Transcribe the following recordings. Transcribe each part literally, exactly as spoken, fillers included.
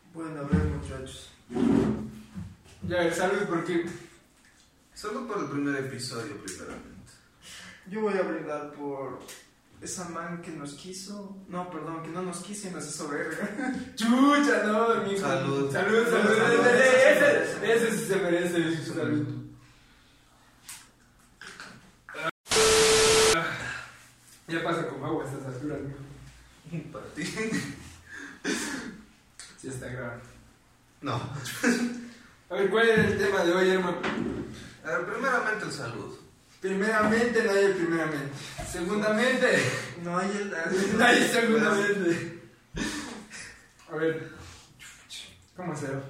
Bueno, a ver, muchachos. Ya, salud, porque Solo por el primer episodio, primeramente. Yo voy a brindar por esa man que nos quiso. No, perdón, que no nos quiso y nos hizo verga. chucha, no, mi hijo. Salud. Salud, salud. Salud, salud. Ese, ese, ese sí se merece su salud. Ya pasa con agua a estas alturas, mijo. Para ti. Sí está grave. No. A ver, ¿cuál es el tema de hoy, hermano? A ver, primeramente el salud. Primeramente, no hay el primeramente. Segundamente, No hay el. no hay segundamente. A ver, ¿cómo será?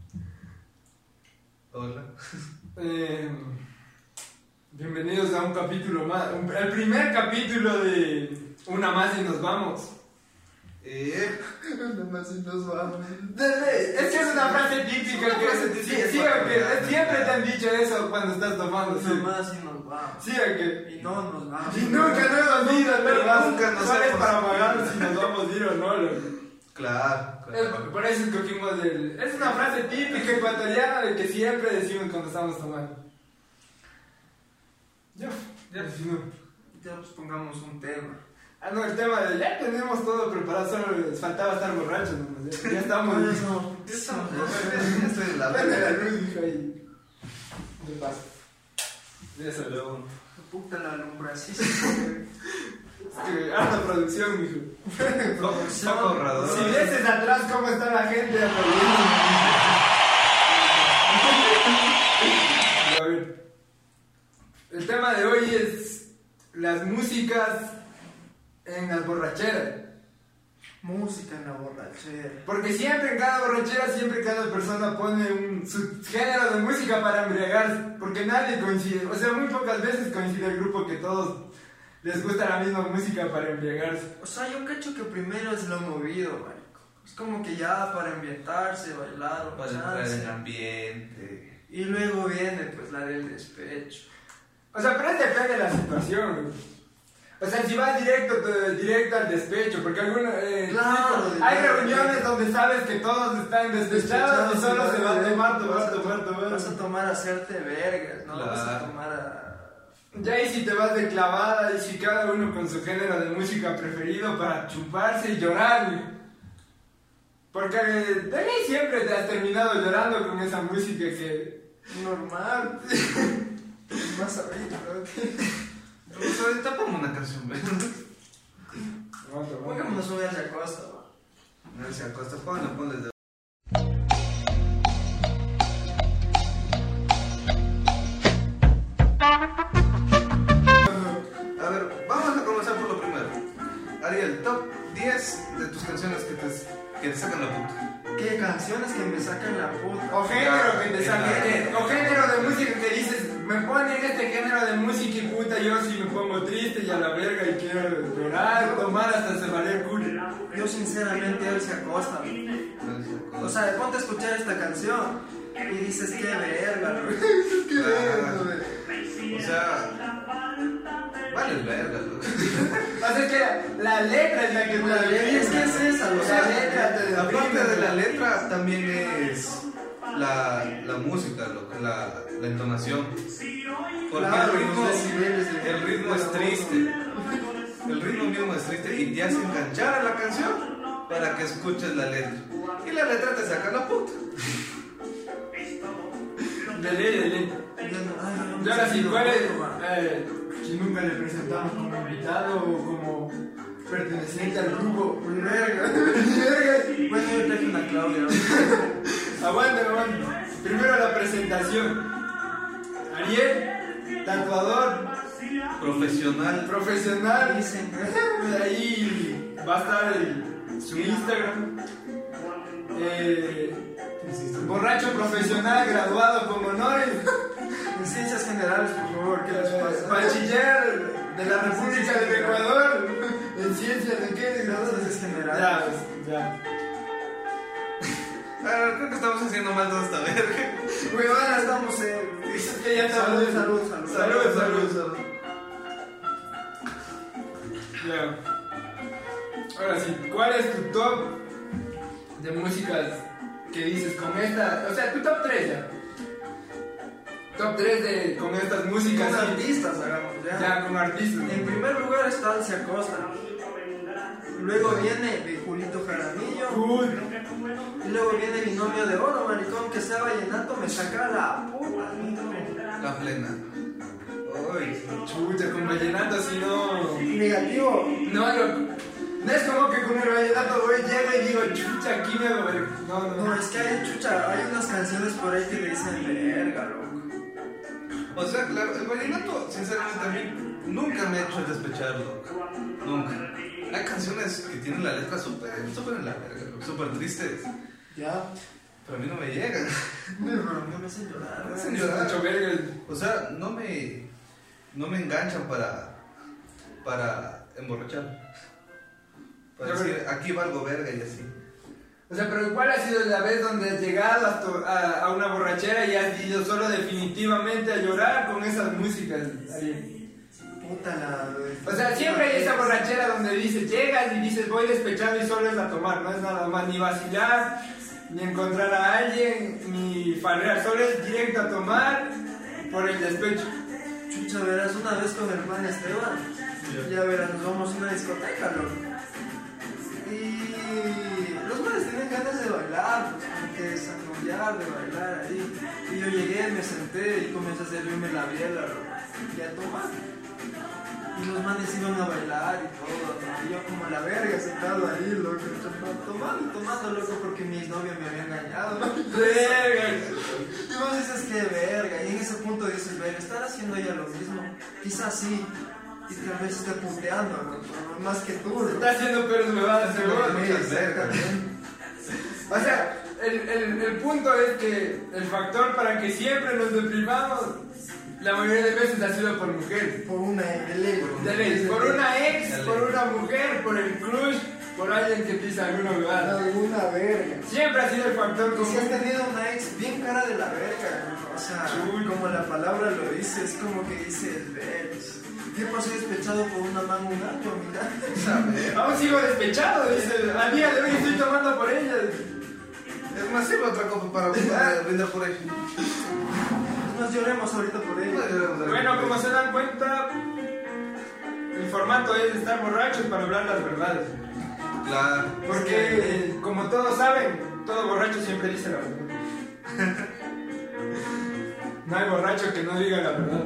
Hola. Eh, bienvenidos a un capítulo más, un- el primer capítulo de Una Más y Nos Vamos. Eh. Nada más y nos vamos. Es que es una frase típica Es una que frase sí, típica sí, para o que colgar, siempre ¿no? te han dicho eso cuando estás tomando. Nada Sí, más y nos vamos. sí, o que. Y no nos vamos. Y nunca nos hemos ido, ¿verdad? nunca nos ¿Cuál es hemos para ido. pagar si nos vamos a ir o no, loco? Claro, Es- claro. Por eso escogimos el. Es una frase típica ecuatoriana de que siempre decimos cuando estamos tomando. Ya, ya decimos. Ya pues pongamos un tema. Ah, no, el tema de ya tenemos todo preparado, solo les faltaba estar borrachos nomás. Ya, ya estamos. Por Ya eso. Ya estamos, ya estoy en la Prende la verga. luz, hijo, ahí. De paso. Ya se lo. Puta la alumbra, así se puede. Es que harta producción, mijo. Poco ahorrador. Si vieses atrás cómo está la gente aplaudiendo. A ver. El tema de hoy es las músicas en las borracheras. Música en la borrachera. Porque siempre en cada borrachera, siempre cada persona pone un, su género de música para embriagarse. Porque nadie coincide. O sea, muy pocas veces coincide el grupo que todos les gusta la misma música para embriagarse. O sea, yo cacho que primero es lo movido, marico. Es como que ya para ambientarse, bailar o Para entrar en pasarse. el ambiente. Y luego viene pues la del despecho. O sea, pero es depende de la situación, güey. O sea, si vas directo, te- directo al despecho, porque alguna, eh, Claro, hay claro. reuniones donde sabes que todos están despechados y solo se van a tomar, tomar, tomar, tomar. Vas a tomar a hacerte vergas, ¿no? Vas a Claro. tomar a... Ya y si te vas de clavada, y si cada uno con su género de música preferido para chuparse y llorar, güey. Porque eh, de ahí siempre te has terminado llorando con esa música que... normal. Más ahorita, ¿no? Pues ahorita pongo una canción, ¿ves? Pongámonos una vez a costa, va. No se acosta, ponle, ponle de. A ver, vamos a comenzar por lo primero. Ariel, top diez de tus canciones que te, que te sacan la puta. ¿Qué canciones que me sacan la puta? O género que te Ya, saque, ya. o género de música que dices, me ponen este género de música y puta, yo si me pongo triste y a la verga y quiero llorar, tomar hasta se vale el culo. Yo sinceramente él se acosta. ¿No? O sea, ponte a escuchar esta canción y dices, qué verga, ¿no? Qué verga, güey. O sea, vale verga, loco. O sea, es que la letra es la que te La letra, es que es esa, o o sea, sea, la letra te Aparte de la letra, también es la, la música, loco, la, la entonación. Porque Claro, el ritmo, los decibeles de- el ritmo es triste. El ritmo mismo es triste y te hace enganchar a la canción para que escuches la letra. Y la letra te saca la puta. De ley, de ley. Y ahora sí, ¿cuál es? Eh, que nunca le presentamos como invitado o como perteneciente al grupo. Verga. Verga. Bueno, yo traje una Claudia. Aguanta, aguanta. Primero la presentación. Ariel, tatuador, Profesional. profesional. Dicen, De ahí va a estar el- su Instagram. Eh, borracho profesional, graduado con honores. en ciencias generales, por favor, ¿qué les Eh, pasa? Bachiller de la República del Ecuador. En ciencias de qué? Ciencias generales. Ya, pues, ya. Ah, creo que estamos haciendo mal toda esta verga. Huevona, estamos en... Es que ya te Salud, hablé. salud, salud. Salud, salud, salud. Ya. Ahora sí, ¿cuál es tu top de músicas que dices con esta, o sea, tu top tres ya. Top tres de, con estas músicas. Con sí. artistas, hagamos ya. Ya, con artistas. En primer lugar está Alcia Costa. Luego viene Julito Jaramillo. Uy, Y luego viene mi novio de oro, maricón, que sea vallenato, me saca la puta. La plena. Uy. chucha, con vallenato si no... Negativo. No, loco. No es como que con el vallenato voy, llego y digo, chucha, aquí me hago ver. No, no, No, no. es que hay chucha, hay unas canciones por ahí que le dicen verga, loco. O sea, claro, el vallenato, sinceramente, a mí nunca me ha hecho despecharlo. Nunca. Hay canciones que tienen la letra súper, súper en la verga, súper tristes. Ya. Pero a mí no me llegan. No me hacen llorar. Me hacen llorar. Mucho verga. O sea, no me, no me enganchan para, para emborrachar. Para Yo decir, creo- aquí valgo verga y así. O sea, pero ¿cuál ha sido la vez donde has llegado a, tu- a, a una borrachera y has ido solo definitivamente a llorar con esas músicas? Ahí? Puta la. O sea, siempre hay esa borrachera donde dices, llegas y dices, voy despechado y solo es a tomar, no es nada más ni vacilar, ni encontrar a alguien, ni farrear, solo es directo a tomar por el despecho. Chucha, verás, una vez con el Juan Esteban, ya verás, nos vamos a una discoteca, loco. Y los manes tenían ganas de bailar, pues, como que desanollar, de bailar ahí. Y yo llegué, me senté y comencé a servirme la biela, loco, y a tomar. Y los manes iban a bailar y todo, ¿no? Y yo como la verga sentado ahí, loco, tomando, tomando, loco, porque mi novia me había engañado, ¿no? Verga. Y vos dices que verga, y en ese punto dices, verga, ¿estará haciendo ella lo mismo? Quizás sí, y tal vez esté punteando, ¿no? Más que tú, ¿no? Está haciendo peores huevadas, seguro. Sí, exactamente. O sea, el, el, el punto es que el factor para que siempre nos deprimamos, la mayoría de veces ha sido por mujer. Por una de ley, bro. De ley, por una ex, por una mujer, por el crush, por alguien que pisa alguna huevada. Alguna verga. Siempre ha sido el factor Y si has común. tenido una ex bien cara de la verga, ¿no? O sea, Chuy. como la palabra lo dice, es como que dice el verga. Yo pasé despechado por una mano un gato, mira. Aún sigo despechado, dice. A día de hoy estoy tomando por ella. Es más, sirve otra copa para, para brindar por ahí. Nos lloremos ahorita por ella. Bueno, como se dan cuenta, el formato es estar borrachos para hablar las verdades. Claro. Porque, eh, como todos saben, todo borracho siempre dice la verdad. No hay borracho que no diga la verdad.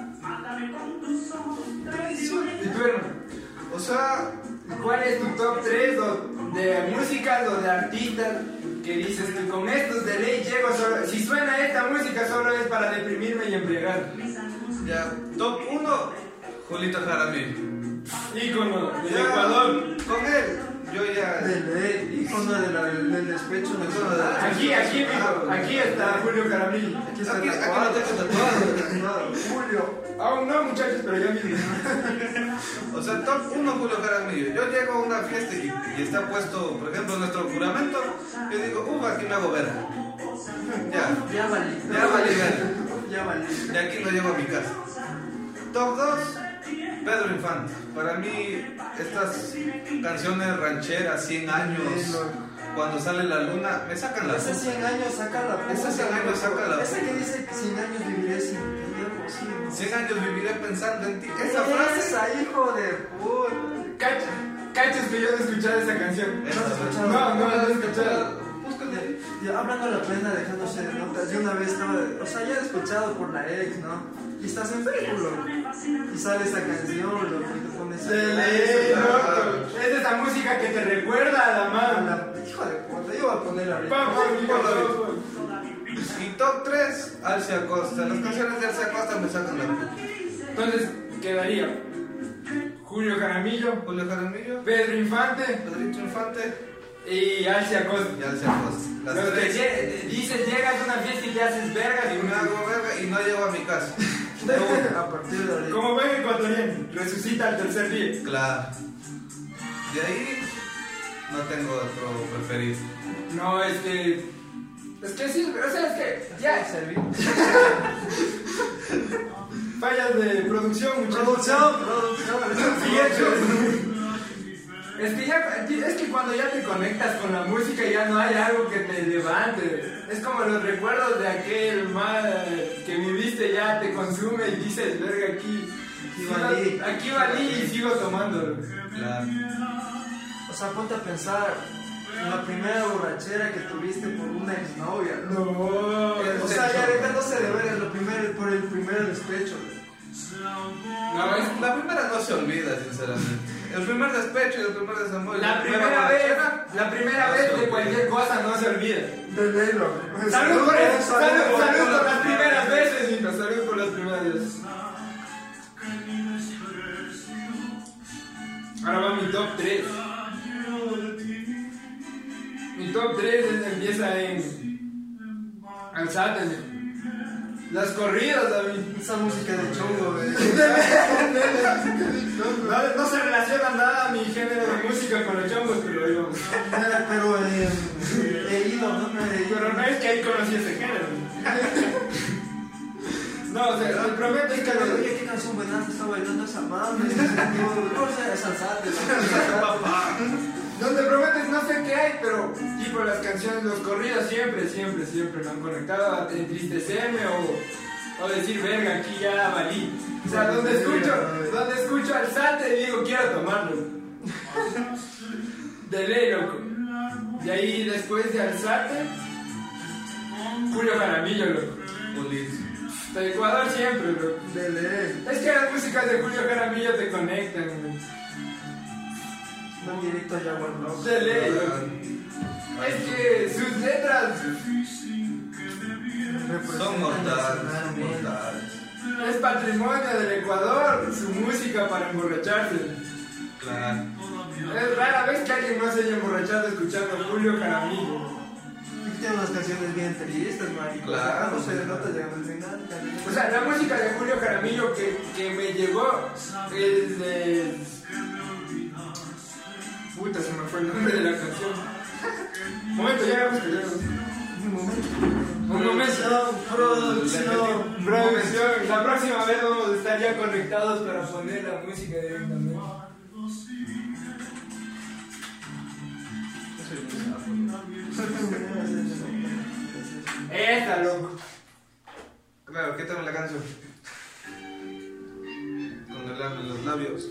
¿Y tú, hermano? O sea, ¿Cuál es tu top tres de músicas o de artistas que dices que con estos de ley llego solo? Si suena esta música solo es para deprimirme y embriagar. ya, top uno, Julito Jaramillo. Ícono de Ya, Ecuador. Con él, yo ya. De ley, ícono de la- del despecho nacional. Aquí, aquí, mijo, aquí está Julio Jaramillo. Aquí está Aquí, aquí tatuado. lo tengo tatuado. Julio. Aún no, muchachos, pero ya mismo. O sea, top uno, Julio Jaramillo. Yo llego a una fiesta y, y está puesto, por ejemplo, nuestro juramento. Yo digo, uff, aquí me hago verga. Ya, Ya valí. ya valí verga. Ya valí. Y aquí no llego a mi casa. Top dos, Pedro Infante. Para mí, estas canciones rancheras, cien años, Sí, loco. cuando sale la luna, me sacan la Ese puta. cien años saca la puta. Ese cien años saca la Ese que dice que cien años viviré sin ti, algo así, ¿no? cien años viviré pensando en ti. Esa frase. Esa, hijo de puta. Cacha, cachas que yo no he escuchado esa canción. Esa, ¿No has escuchado? No, no la he escuchado. Búscate. Y hablando de la plena, dejándose de notas, yo una vez estaba, o sea, ya he escuchado por la ex, ¿no? Y estás en Facebook, loco. Y sale esa canción, loco, y te pones a... De ley, loco. Es esa música que te recuerda a la A mano. la- Hijo de puta, yo voy a ponerla ahorita. Pa, pa, Sí, pa, ponlo pa, Y top tres, Alcia Costa. Las canciones de Alcia Costa me sacan la puta. pa. Entonces, quedaría Julio Jaramillo, Julio Jaramillo, Pedro Infante Pedrito Infante y Alcia Costa. y Alcia Costa. Las Los que tres. lle- dices, llegas a una fiesta y te haces verga Y y me hago verga y no llego a mi casa. A partir de ahorita. como buen ecuatoriano, resucita al tercer día. Claro. De ahí no tengo otro preferido. No, es que. Es que sí, o sea, es que ya. Fallas de producción, muchachos. Producción, producción. Siguiente. Es que, ya, es que cuando ya te conectas con la música ya no hay algo que te levante. Es como los recuerdos de aquel mal que viviste ya te consume y dices, verga, aquí, Aquí sigo- valí. aquí valí y sigo tomando. Claro. O sea, ponte a pensar en la primera borrachera que tuviste por una exnovia. ¿no? No. O sea, ya dejándose de ver es lo primero, por el primer despecho. No, es La primera no se olvida, sinceramente. El primer despecho y el primer desamor. y la primera vez, la primera vez de cualquier cosa no se olvida. De leylo. Salud por eso, Salud, salud, salud, salud por salud. las primeras veces, Nico, salud por las primeras veces. Ahora va mi top tres. Mi top tres empieza en Alzate. Las corridas, David. Esa música de chongo, güey. No, no se relaciona nada mi género de música con los chongos, pero ahí vamos. Pero eh, he ido, ¿no? He ido. Pero no es que ahí conocí ese género. No, o sea, te prometo Es que que, no. oye, qué canción buena está bailando esa madre. No sé, es salsate, ¿no? No te prometes, no sé qué hay, pero tipo las canciones, los corridos siempre, siempre, siempre me han conectado a entristecerme o, o decir, verga, aquí ya valí. O sea, donde escucho, donde escucho al Sate digo, quiero tomarlo. De ley, loco. Y ahí después de Alzate, Julio Jaramillo, loco. Pulido. De Ecuador siempre, loco. De ley. Es que las músicas de Julio Jaramillo te conectan, güey. Van directo allá, bueno. De ley, loco. Es que sus letras Son mortales, son mortales. es patrimonio del Ecuador, su música para emborracharse. Claro. Es rara vez que alguien no se haya emborrachado escuchando Julio Jaramillo. Tiene unas canciones bien tristes, marico. Claro, No se le sí. nota llegando al final. O sea, la música de Julio Jaramillo que, que me llegó es de... Puta, se me fue el nombre de la canción. Un momento, ya la busco, ya la busco. Un momento. Un momento. Producción. Producción. La próxima vez vamos a estar ya conectados para poner la música directamente. Esta, loco. Claro, ¿qué tal la canción? Con el labio en los labios.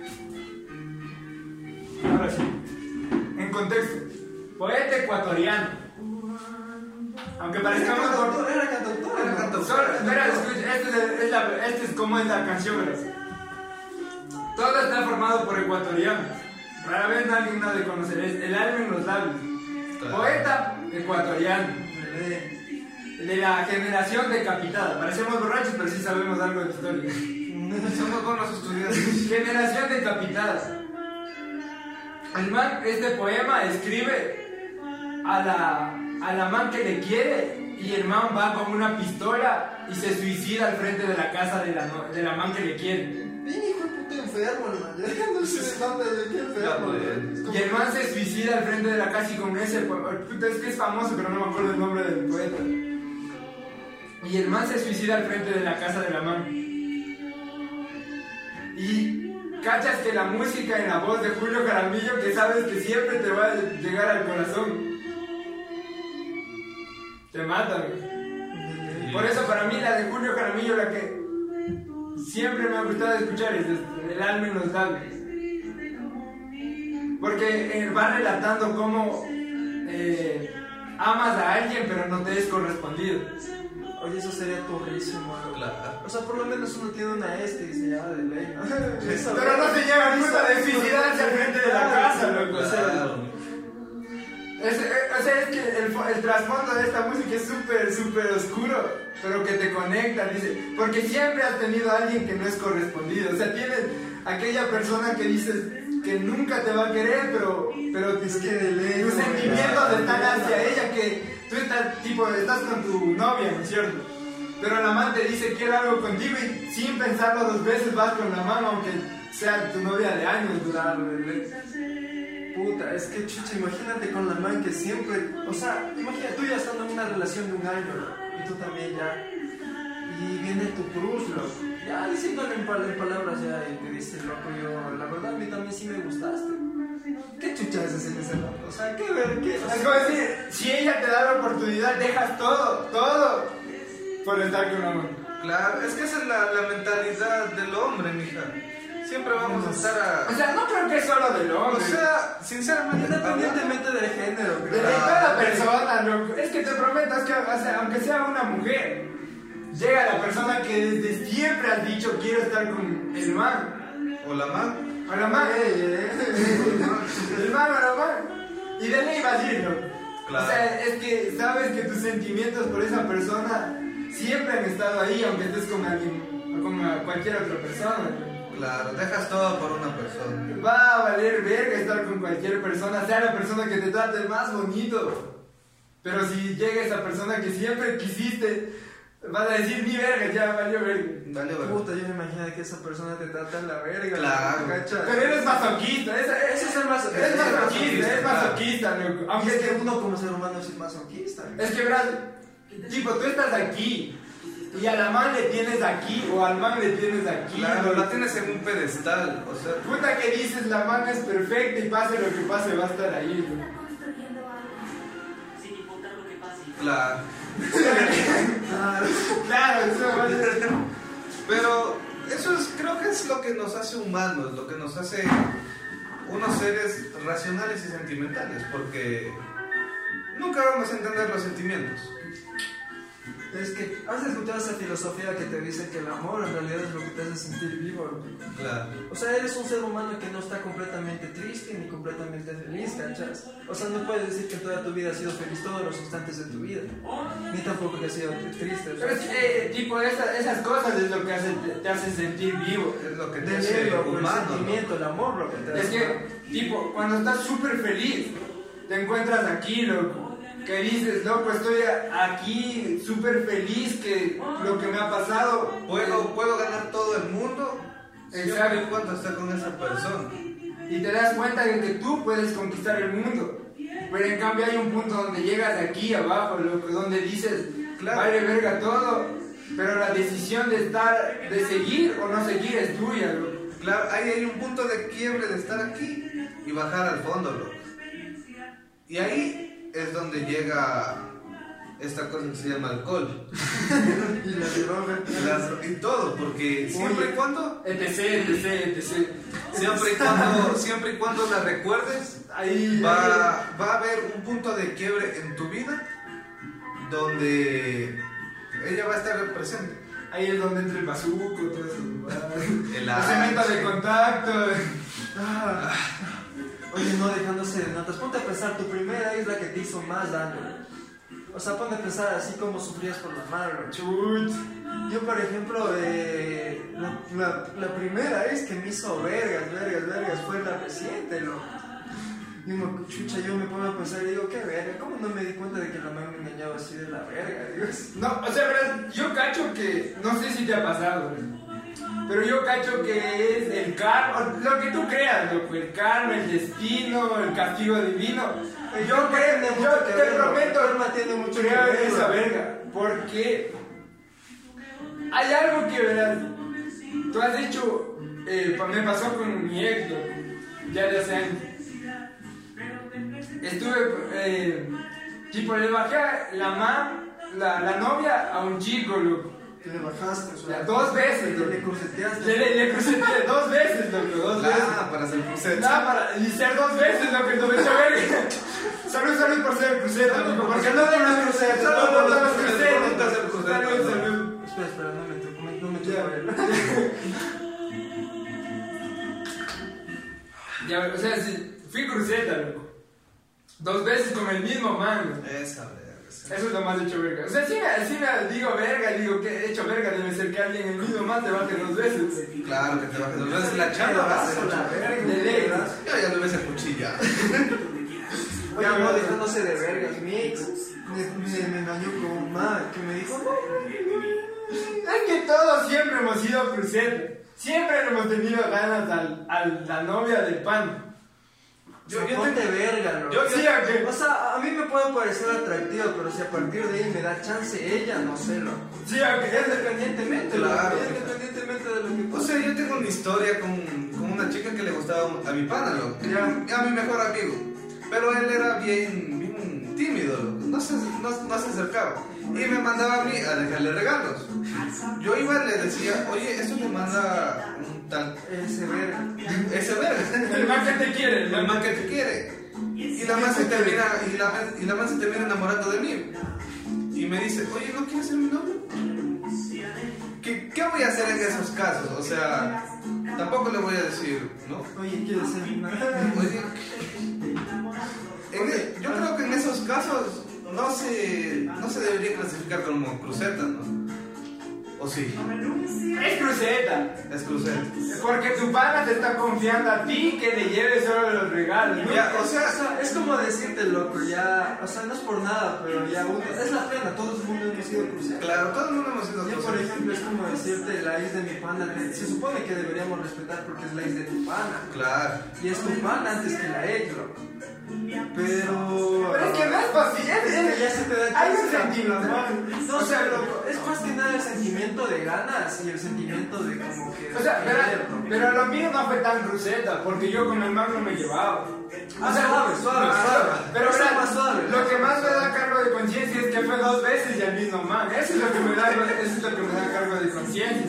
Ahora sí. En contexto. Poeta ecuatoriano. Aunque parezcamos por... Era cantautor. Era cantautor. Solo, espera, escucha, este es, es la, este es como es la canción, ¿verdad? Todo está formado por ecuatorianos. Rara vez alguien no de conocer. Es el alma en los labios. Claro. Poeta ecuatoriano. De la generación decapitada. Parecemos borrachos, pero sí sabemos algo de historia. Somos buenos estudiantes. Generación decapitada. El man, este poema escribe a la, a la man que le quiere y el man va con una pistola y se suicida al frente de la casa de la, no- de la man que le quiere. Bien hijo de puta enfermo, hermano. Ya no sé de dónde, de qué enfermo. Es como- Y el man se suicida al frente de la casa y con ese po- puta, es que es famoso, pero no me acuerdo el nombre del poeta. Y el man se suicida al frente de la casa de la man. Y cachas que la música en la voz de Julio Jaramillo, que sabes que siempre te va a llegar al corazón, te mata, güey. Por eso para mí la de Julio Jaramillo, la que siempre me ha gustado escuchar, es El alma en los labios. Porque eh, va relatando cómo eh, amas a alguien pero no te es correspondido. Oye, eso sería turrísimo. ¿no? Claro. O sea, por lo menos uno tiene una este y dice, ya, de ley, ¿no? Esa- Pero no se llega a puta de suicidarse al frente de la casa, loco. O sea, Claro. es, eh, o sea, es que el, fo- el trasfondo de esta música es súper, súper oscuro, pero que te conecta, dice. Porque siempre has tenido a alguien que no es correspondido. O sea, tienes aquella persona que dices que nunca te va a querer, pero, pero Es que de ley. tus ¿no? sentimientos están Ya. hacia ella, que tú estás, tipo, estás con tu novia, ¿no es cierto? Pero la man te dice quiero algo contigo y sin pensarlo dos veces vas con la mano, aunque sea tu novia de años, Claro, de ley. Puta, es que chucha, imagínate con la man que siempre, o sea, imagínate tú ya estando en una relación de un año, ¿no? Y tú también ya, y viene tu cruz, loco, ya diciéndole en, pal- en palabras ya, y te dice, loco, yo, la verdad a mí también sí me gustaste, ¿qué chuchas haces en ese rato? O sea, ¿qué ver? ¿Qué? O sea, Es como decir, si ella te da la oportunidad, dejas todo, todo por estar con una mujer. Claro, es que esa es la, la mentalidad del hombre, mija. Siempre vamos a estar a... O sea, no creo que es solo del hombre. O sea, sinceramente, independientemente del género, de creo. cada persona, loco. Es que te prometo, es que, o sea, aunque sea una mujer, llega la persona que desde siempre has dicho quiero estar con el man. o la man. O la man. Ey, ey. El man o la man. Y de ley vas a ir, loco. Claro. O sea, es que sabes que tus sentimientos por esa persona siempre han estado ahí, aunque estés con alguien, o con uh, cualquier otra persona. Claro, dejas todo por una persona. Va a valer verga estar con cualquier persona, sea la persona que te trate más bonito. Pero si llega esa persona que siempre quisiste, vas a decir mi verga, ya valió verga. Dale, bueno. Puta, yo me imagino que esa persona te trata en la verga. Claro. ¿Cachai? Pero eres masoquista, es, es, Ese es el maso- es ese es el masoquista, es claro. masoquista, loco. Y Aunque es que uno como ser humano es masoquista. Es que verás, tipo, tú estás aquí y a la man le tienes aquí o al man le tienes aquí. Claro, ¿no? la tienes en un pedestal. O sea, Puta que dices, la man es perfecta y pase lo que pase, va a estar ahí. ¿no? claro. Claro, eso va a ser. Pero eso es, creo que es lo que nos hace humanos, lo que nos hace unos seres racionales y sentimentales, porque nunca vamos a entender los sentimientos. Es que has escuchado esa filosofía que te dice que el amor en realidad es lo que te hace sentir vivo. ¿No? Claro. O sea, eres un ser humano que no está completamente triste ni completamente feliz, ¿cachas? O sea, no puedes decir que toda tu vida has sido feliz todos los instantes de tu vida, ni tampoco que has sido triste. O sea, Pero es, eh, tipo, esa- esas cosas es lo que hace, te hace sentir vivo. Es lo que te de hace ley, loco, el humano, ¿no? sentimiento, el amor, lo que te Es hace. que, tipo, cuando estás súper feliz, te encuentras aquí, loco. Que dices, loco, estoy aquí súper feliz, que lo que me ha pasado. Puedo, puedo ganar todo el mundo siempre Exacto. y cuando esté con esa persona. Y te das cuenta de que tú puedes conquistar el mundo. Pero en cambio hay un punto donde llegas de aquí abajo, loco, donde dices, Claro. vale verga todo, pero la decisión de estar, de seguir o no seguir es tuya, loco. Claro, ahí hay un punto de quiebre de estar aquí y bajar al fondo, loco. Y ahí es donde llega esta cosa que se llama alcohol. Y la droga. Y, las- y todo, porque siempre y cuando, etc, etc, etc. siempre y cuando, siempre y cuando la recuerdes, Ahí va, va a haber un punto de quiebre en tu vida donde ella va a estar presente. Ahí es donde entra el bazuco, todo eso. El La cementa de contacto. Ah. Oye, no dejándose de notas. Ponte a pensar, tu primera es la que te hizo más daño. O sea, ponte a pensar así como sufrías por la madre. Chut. Yo, por ejemplo, eh, la, la, la primera vez que me hizo vergas, vergas, vergas fue la reciente, loco. Y uno, chucha, yo me pongo a pensar y digo, qué verga, ¿cómo no me di cuenta de que la mamá me engañaba así de la verga? Digo, No, o sea, verás, yo cacho que, no sé si te ha pasado, pero yo cacho que es el karma, lo que tú creas, loco, el karma, el destino, el castigo divino. Yo creo, tiene yo mucho que te ver, prometo, el karma tiene mucho que creo ver, en esa loco. verga, porque hay algo que verás, tú has dicho, eh, me pasó con mi ex, loco, ya de hace años. Estuve, eh, tipo, le bajé la mamá, la, la novia a un chico, loco. Que le bajaste, o sea, Ya, dos veces, que loco. le cruceteaste. Le, le, le crucé dos veces, loco, dos veces. Ah, para hacer crucetas. Nada, para, y ser dos veces, loco, entonces hecho verga. Salud, salud por ser cruceta, loco, porque no por las crucetas, Salud no por las por las crucetas, por crucetas. hacer crucetas. Salud, salud. Espera, espera, no me toco, no me Ya. toco él. Ya, o sea, sí, fui cruceta, loco. Dos veces con el mismo man. Esa verga. esa. Eso es lo más hecho verga. O sea, si me, si me digo verga, digo que he hecho verga, debe ser que alguien el mismo man te baje dos veces. Claro que te bajes dos veces la chamba. va a ser la mucho. verga, De ley. ¿verdad? Yo ya no ves el cuchilla. Oye, no, dejándose de vergas. Mi ex me, me, me engañó con un man que me dijo, no, Es que todos siempre hemos sido crucetas. Siempre le hemos tenido ganas al, a la novia del pan. Yo- yo, yo ponte te- verga, loco. yo- Sí, ¿a qué? O sea, a mí me puede parecer atractiva, pero si a partir de ahí me da chance ella, no sé, loco. Sí, aunque es de... Independientemente, Claro. loco, independientemente de lo que O sea, yo tengo una historia con, con con una chica que le gustaba a mi pana, loco, a mi mejor amigo. Pero él era bien, bien tímido, loco, no se, no, no se acercaba. Y me mandaba a mí a dejarle regalos. Yo iba y le decía, oye, esto me manda un tal... Ese verga. Ese verga. El man que te quiere. El man que te quiere. Y la man se termina, y la, y la man se termina enamorando de mí. Y me dice, oye, ¿no quieres ser mi novio? ¿Qué, ¿Qué voy a hacer en esos casos? O sea, tampoco le voy a decir, ¿no? Oye, ¿quieres ser mi novio? Oye, en el- yo creo que en esos casos no se, no se debería clasificar como cruceta, ¿no? ¿O sí? Es cruceta. Es cruceta. Porque tu pana te está confiando a ti que le lleves solo los regalos. ¿No? Ya, o sea, O sea, es como decirte, loco, ya, o sea, no es por nada, pero ya uno, es la pena, todo el mundo hemos sido cruceros. claro, todo el mundo hemos sido Yo, por crucetas. ejemplo, es como decirte, la ex de mi pana, que se supone que deberíamos respetar porque es la ex de tu pana. Claro. Y es tu pana antes que la ex, loco. Pero... Pero es que no es posible. Es- ya se te da Hay un chance. sentimiento, ¿no? No, o sea, loco, es más que nada el sentimiento de ganas y el sentimiento de como que... O sea, pero, querer, ¿no? pero lo mío no fue tan cruceta, porque yo con el man no me llevaba. Ah, suave, suave, suave. Pero Eso ¿verdad? es más suave. Lo que más me da cargo de conciencia es que fue dos veces y al mismo man. Eso es lo que me da, eso es lo que me da cargo de conciencia.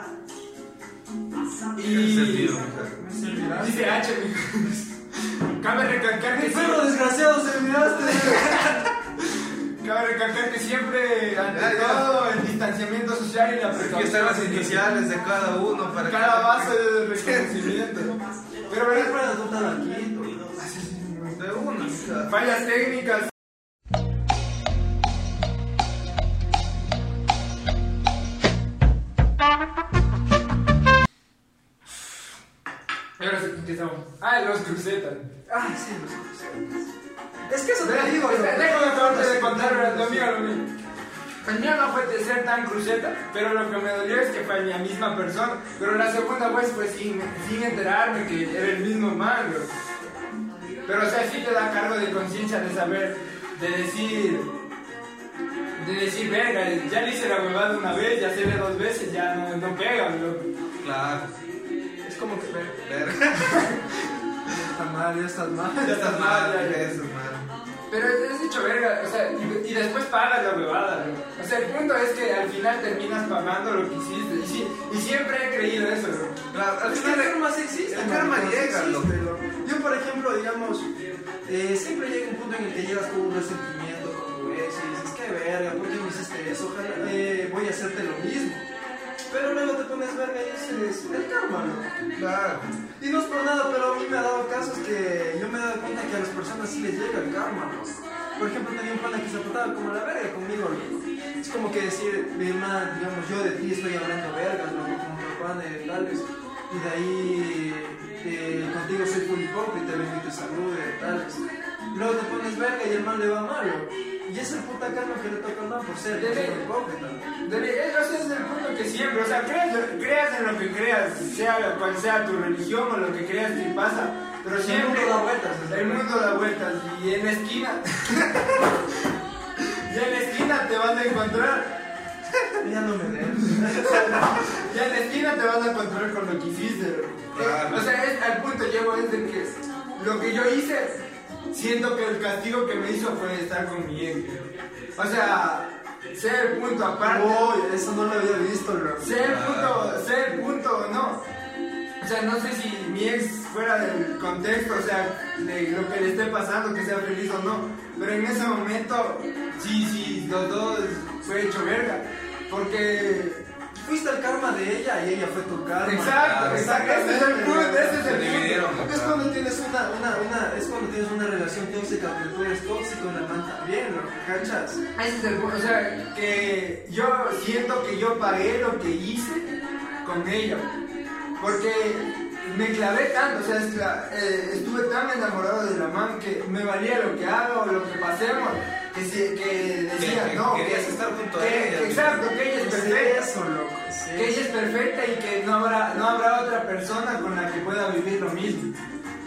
¿Qué sentido, Y mujer? Me servirá. dice H, mijo. Cabe recalcar que ¡Mi perro siempre, desgraciado se miraste! cabe recalcar que siempre, ante Ya, ya. todo, el distanciamiento social y la Aquí precaución. están las iniciales de cada uno para Cada que- base de reconocimiento. Pero Pero ¿verdad? para no tan aquí, ¿no? De una, mija. Fallas técnicas. Y ahora sí empezamos. Ah, los crucetas. Ay, sí, los cruceros. Es que eso te Déjame digo, loco. acabarte de contar lo mío, lo mío. El mío no fue de ser tan cruceta, pero lo que me dolió es que fue la misma persona. Pero la segunda vez fue sin, sin enterarme que era el mismo man, bro. Pero o sea, sí te da cargo de conciencia de saber, de decir, de decir, verga, ya le hice la huevada una vez, ya se ve dos veces, ya no, no pega, bro. Claro. Es como que... Verga. Ya está mal, ya estás mal. Ya estás mal, ya, ya ya. estás mal. Pero has dicho verga, o sea, y, y después pagas la huevada, bro. O sea, el punto es que al final terminas pagando lo que hiciste. Y, sí, y siempre he creído eso, bro. Claro, al Es que final el karma sí existe. el ¿no? karma Sí llega, existe, loco. loco. Yo, por ejemplo, digamos, eh, siempre llega un punto en el que llegas con un resentimiento con tu ex y dices, qué verga, ¿por qué me hiciste eso? Ojalá eh, voy a hacerte lo mismo. Pero luego te pones verga y dices, el karma, ¿no? Claro. Y no es por nada, pero a mí me ha dado casos que yo me he dado cuenta que a las personas sí les llega el karma, ¿no? Por ejemplo, tenía un pana que se portaba como la verga conmigo, loco. Es como que decir, mi hermana, digamos, yo de ti estoy hablando vergas, loco, como tu pana de tales. Y de ahí, eh, contigo soy full hipócrita, vengo y te saludo de tales. Y luego te pones verga y el man le va mal, loco. Y es el puta karma que le toca al man por ser Debe- full hipócrita. Debe- Ese es el punto que siempre, o sea, creas, creas en lo que creas, sea cual sea tu religión o lo que creas que pasa, pero siempre mundo da vueltas, es el verdad. mundo da vueltas y en la esquina, y en la esquina te vas a encontrar, Ya no me den. y en la esquina te vas a encontrar con lo que hiciste, bro. Claro. O sea, es, al punto llego es de que lo que yo hice, siento que el castigo que me hizo fue estar con mi ex. O sea, sé el punto aparte. Uy, eso no lo había visto, loco. Sé el punto, sé el punto o no. O sea, no sé si mi ex fuera del contexto, o sea, de lo que le esté pasando, que sea feliz o no. Pero en ese momento, sí, sí, los dos fue hecho verga. Porque. Fuiste el karma de ella y ella fue tu karma. Exacto, exacto. Ese es el punto, ese es Se el dividieron. punto. Es cuando tienes una, una, una, es cuando tienes una relación tóxica, donde tú eres tóxico, la man también, ¿no? ¿Cachas? Ese es el punto. O sea, que yo siento que yo pagué lo que hice con ella. Porque me clavé tanto, o sea, es la- eh, estuve tan enamorado de la man que me valía lo que hago, lo que pasemos, que, si- que decía, Que- que no, querías que- estar junto a que- ella. exacto, que ella es perfecta, eso, loco. que ella es perfecta y que no habrá, no habrá otra persona con la que pueda vivir lo mismo.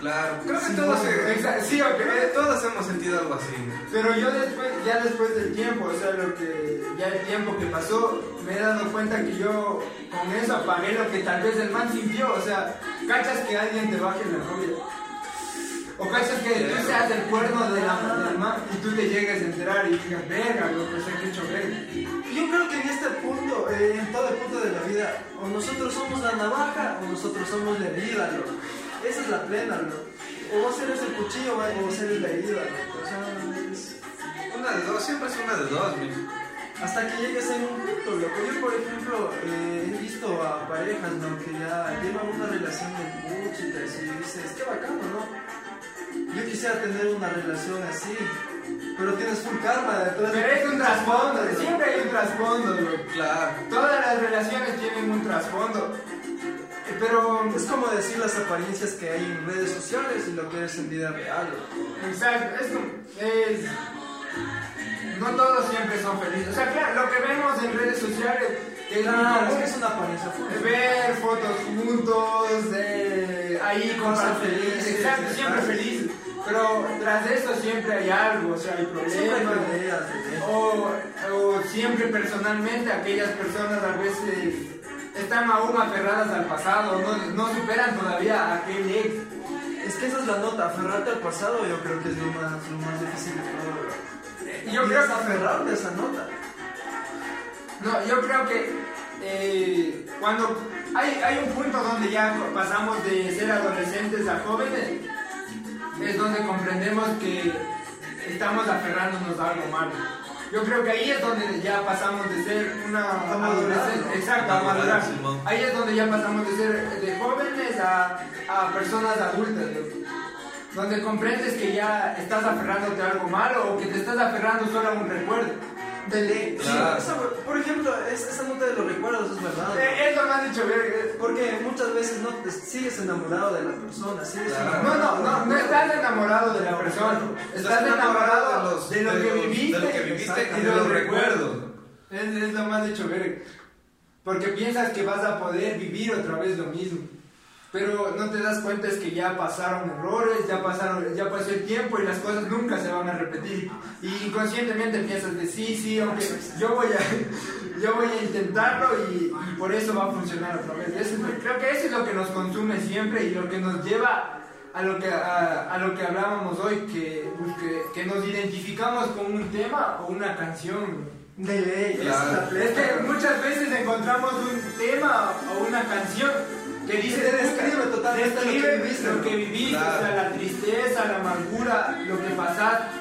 Claro, creo que Sí, todos, no, se- Exa- sí, ok, creo que todos hemos sentido algo así. pero yo después, ya después del tiempo, o sea, lo que, ya el tiempo que pasó, me he dado cuenta que yo con eso apagué lo que tal vez el man sintió, o sea, cachas que alguien te baje la novia. O cachas que tú seas el cuerno de la, del man y tú te llegues a enterar y digas, verga, lo que se ha hecho verga. Yo creo que en este punto, eh, en todo el punto de la vida, o nosotros somos la navaja o nosotros somos la herida, loco. Esa es la plena, loco. O vos eres el cuchillo o vos eres la herida, loco. O sea, es- Una de dos, siempre es una de dos, mijo. hasta que llegues en un punto, loco. Yo, por ejemplo, eh, he visto a parejas, ¿no? Que ya llevan una relación de puchitas y dices, qué bacano, ¿no? Yo quisiera tener una relación así, pero tienes full karma detrás. Pero es un trasfondo, siempre hay un trasfondo, loco. Claro. Todas las relaciones tienen un trasfondo. Eh, Pero, Es como decir las apariencias que hay en redes sociales y lo que es en vida real, loco. exacto, es como, es, no todos siempre son felices. O sea, claro, lo que vemos en redes sociales, que es muy Claro, es común, que es una apariencia full. de ver fotos juntos, de ahí Pasar compartir, felices, exacto, siempre exacto. felices. Pero tras de esto siempre hay algo, o sea, hay Siempre hay problemas. peleas, ¿eh? O, o siempre personalmente aquellas personas a veces están aún aferradas al pasado, no, no superan todavía aquel ex. Es que esa es la nota, aferrarte al pasado yo creo que es lo más, lo más difícil de todo, loco. Y yo Y creo es que aferrarte a esa nota. No, yo creo que eh, cuando hay, hay un punto donde ya pasamos de ser adolescentes a jóvenes, es donde comprendemos que estamos aferrándonos a algo malo. Yo creo que ahí es donde ya pasamos de ser una A madurar, adolescente, ¿no? exacto, a A madurar, madurar. Simón. Ahí es donde ya pasamos de ser de jóvenes a, a personas adultas, ¿no? Donde comprendes que ya estás aferrándote a algo malo o que te estás aferrando solo a un recuerdo. De ley. Sí, Claro. esa- por ejemplo, es- esa nota de los recuerdos es verdad. Eh, Eso me han dicho ver. eh, Porque muchas veces no te sigues enamorado de la persona, sigues Claro. No, enamorado no, no, no estás enamorado de la persona, estás enamorado los- de lo de que los- viviste, de lo que viviste exacto, y de los recuerdos. Es, es lo más dicho ver, porque piensas que vas a poder vivir otra vez lo mismo, pero no te das cuenta es que ya pasaron errores, ya pasaron, ya pasó el tiempo y las cosas nunca se van a repetir. Y inconscientemente piensas de sí, sí, aunque yo voy a, yo voy a intentarlo y, y por eso va a funcionar otra vez. Eso es lo- creo que eso es lo que nos consume siempre y lo que nos lleva a lo que, a, a lo que hablábamos hoy, que, que, que nos identificamos con un tema o una canción. De ley, esa es la Claro. Es plena. que muchas veces encontramos un tema o una canción que dice Que te describe totalmente lo que describe viviste, lo ¿no? que viviste, Claro. o sea, la tristeza, la amargura, lo que pasaste.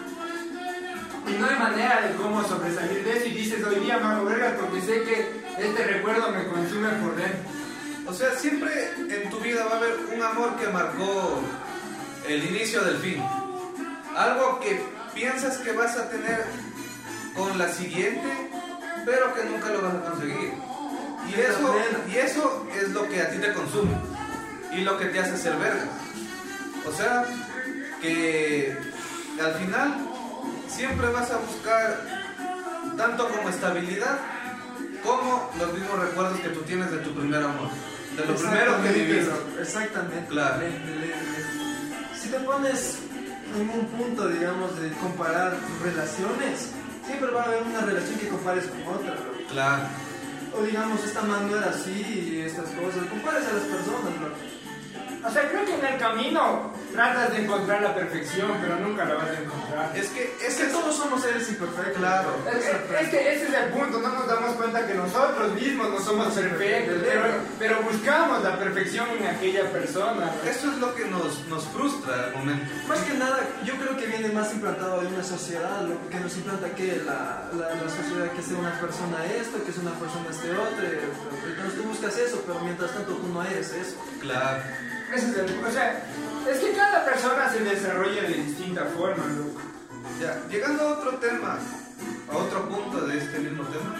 Y no hay manera de cómo sobresalir de eso y dices, hoy día me hago verga porque sé que este recuerdo me consume por dentro. O sea, siempre en tu vida va a haber un amor que marcó el inicio del fin. Algo que piensas que vas a tener con la siguiente, pero que nunca lo vas a conseguir. Y Es la eso, plena. y eso es lo que a ti te consume y lo que te hace ser verga. O sea, que al final siempre vas a buscar tanto como estabilidad como los mismos recuerdos que tú tienes de tu primer amor, de lo primero que Exactamente, viviste. bro, exactamente. Claro. De ley, de ley, de ley. Si te pones en un punto, digamos, de comparar relaciones, siempre va a haber una relación que compares con otra, bro. Claro. O digamos, esta man no era así y estas cosas. Compares a las personas, bro. O sea, creo que en el camino tratas de encontrar la perfección, pero nunca la vas a encontrar. Es que Es ese que es todos somos seres imperfectos. Claro. Es, es- es que ese es el punto, no nos damos cuenta que nosotros mismos no somos perfectos, pero, pero buscamos la perfección en aquella persona. Eso es lo que nos, nos frustra al momento. Más que nada, yo creo que viene más implantado de una sociedad, lo que nos implanta que la, la, la sociedad que sea una persona esto, que es una persona este otro, y entonces tú buscas eso, pero mientras tanto tú no eres eso. Claro. Ese es el- o sea, es que cada persona se desarrolla de distinta forma, loco. Ya, llegando a otro tema, a otro punto de este mismo tema.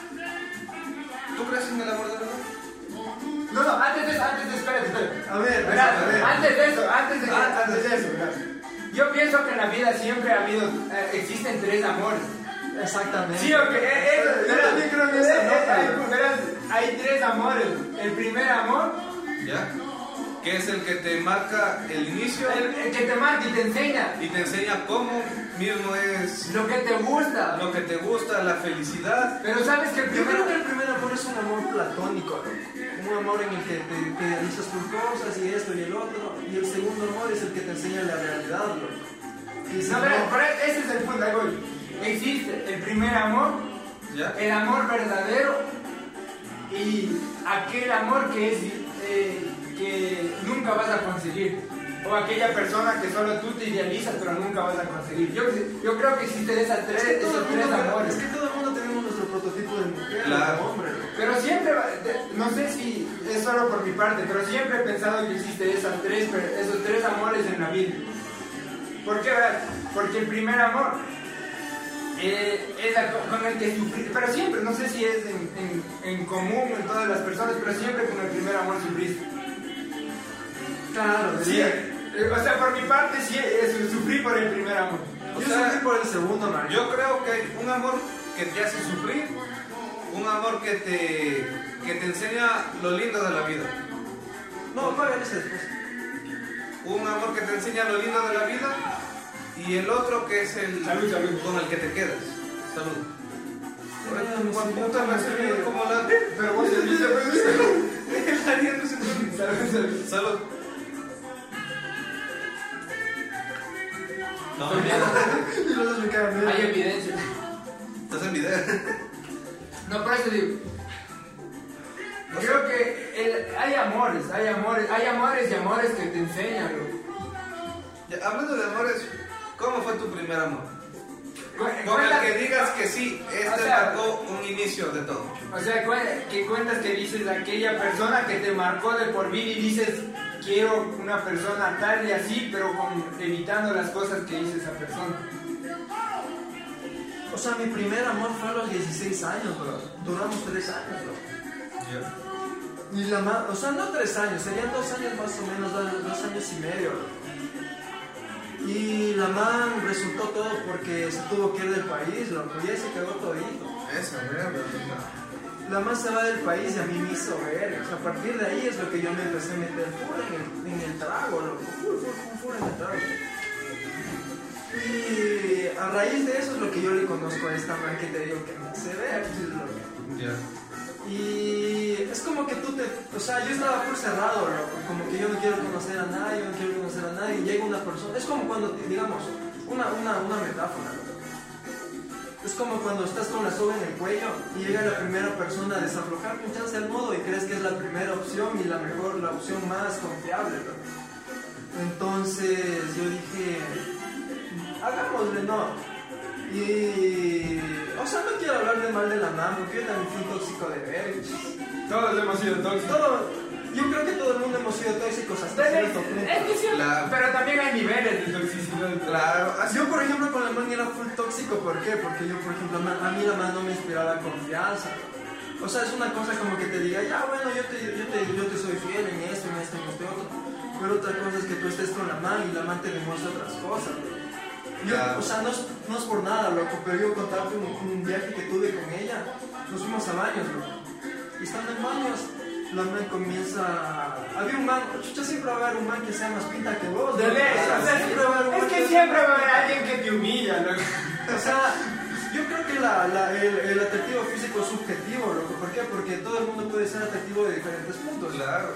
¿Tú crees en el amor de verdad? No, no, antes de eso, antes de, espérate, espérate. A ver, Verás, a ver. antes de eso, antes de, Ah, antes de eso, verás. Yo pienso que en la vida siempre ha habido, eh, existen tres amores. Exactamente. Sí, ok, eh, eso, Yo verás, también creo en eh, esa eh, nota, hay, bro. verás, hay tres amores. El primer amor ¿Ya? que es el que te marca el inicio El, el que te marca y te enseña y te enseña cómo mismo es lo que te gusta. lo que te gusta, la felicidad. Pero sabes que el Yo creo primero... que el primer amor es un amor platónico, loco. Un amor en el que te, te realizas tus cosas y esto y el otro. Y el segundo amor es el que te enseña la realidad, loco. Y dices, No, pero, no, pero ese es el punto, ahí voy. Existe el primer amor, ¿Ya? el amor verdadero y aquel amor que es eh, que nunca vas a conseguir, o aquella persona que solo tú te idealizas pero nunca vas a conseguir. Yo, yo creo que existen esas tres, es que todo esos el mundo, tres amores. es que todo el mundo tenemos nuestro prototipo de mujer, Claro. de hombre, loco. Pero siempre, va- de- no sé si es solo por mi parte, pero siempre he pensado que existen esas tres, per- esos tres amores en la vida. ¿Por qué? ¿Verdad? Porque el primer amor eh, es la co- con el que sufriste, pero siempre, no sé si es en, en, en común en todas las personas, pero siempre con el primer amor sufriste. Claro, Sí, sí. eh, o sea, por mi parte sí, eh, sufrí por el primer amor. O Yo sea, sufrí por el segundo, man. Yo creo que hay un amor que te hace sufrir, un amor que te, que te enseña lo lindo de la vida, No, pagan ese después. un amor que te enseña lo lindo de la vida y el otro que es el Salud, salud. con el que te quedas. Salud. Eh, Juan, sí, puta, me ha servido como la... Pero vos ya viste, El Ariel no se puede- Salud, salud. Salud. No, Y los dos me cagan bien. Hay evidencia. estás en video. No, por eso digo. Creo que el- hay amores, hay amores, hay amores y amores que te enseñan, loco. Ya, hablando de amores, ¿cómo fue tu primer amor? Cu- Con el cuenta- que digas que sí, este O sea, marcó un inicio de todo. O sea, cu- que cuentas que dices aquella persona que te marcó de por vida y dices quiero una persona tal y así, pero con, evitando las cosas que dice esa persona. O sea, mi primer amor fue a los dieciséis años, bro. Duramos tres años, bro. Y la ma... O sea, no tres años, serían dos años más o menos, dos, dos años y medio, bro. Y la man resultó todo porque se tuvo que ir del país, loco. Y ahí se quedó todito. Esa mierda. La man se va del país y a mí me hizo ver. O sea, a partir de ahí es lo que yo me empecé a meter full en el, en el trago, loco. Full, full, full, full en el trago. Y a raíz de eso es lo que yo le conozco a esta man que te digo que me hace ver, pues, loco. Ya. Y es como que tú te... O sea, yo estaba full cerrado, loco. Como que yo no quiero conocer a nadie, yo no quiero conocer a nadie. Y llega una persona... Es como cuando, digamos, una, una, una metáfora, loco. Es como cuando estás con la soga en el cuello y llega la primera persona a desaflojar un chance al modo y crees que es la primera opción y la mejor, la opción más confiable, loco. Entonces yo dije... Hagámosle, no. Y... O sea, no quiero hablar de mal de la mano, porque yo también fui un tóxico de verga. Todos hemos sido tóxicos. Todo, yo creo que todo el mundo hemos sido tóxicos hasta cierto punto. Es que sí, Claro. pero también hay niveles de toxicidad. Claro, así. Yo, por ejemplo, con la man era full tóxico, ¿por qué? Porque yo, por ejemplo, a mí la man no me inspiraba confianza. O sea, es una cosa como que te diga, ya, bueno, yo te, yo te, yo te soy fiel en esto, en esto, en esto, otro. Pero otra cosa es que tú estés con la man y la man te demuestra otras cosas. Yo, Claro. o sea, no es, no es por nada, loco, pero yo contarte un, un viaje que tuve con ella, nos fuimos a baños, loco. Y estando en baños, la man comienza... Había un man, chucha, siempre va a haber un man que sea más pinta que vos. De ¿no? ley, O sea, o sea, siempre va a haber un es man que sea siempre más va a haber pinta. alguien que te humilla, loco. O sea, yo creo que la, la- el, el atractivo físico es subjetivo, loco. ¿Por qué? Porque todo el mundo puede ser atractivo de diferentes puntos. Claro.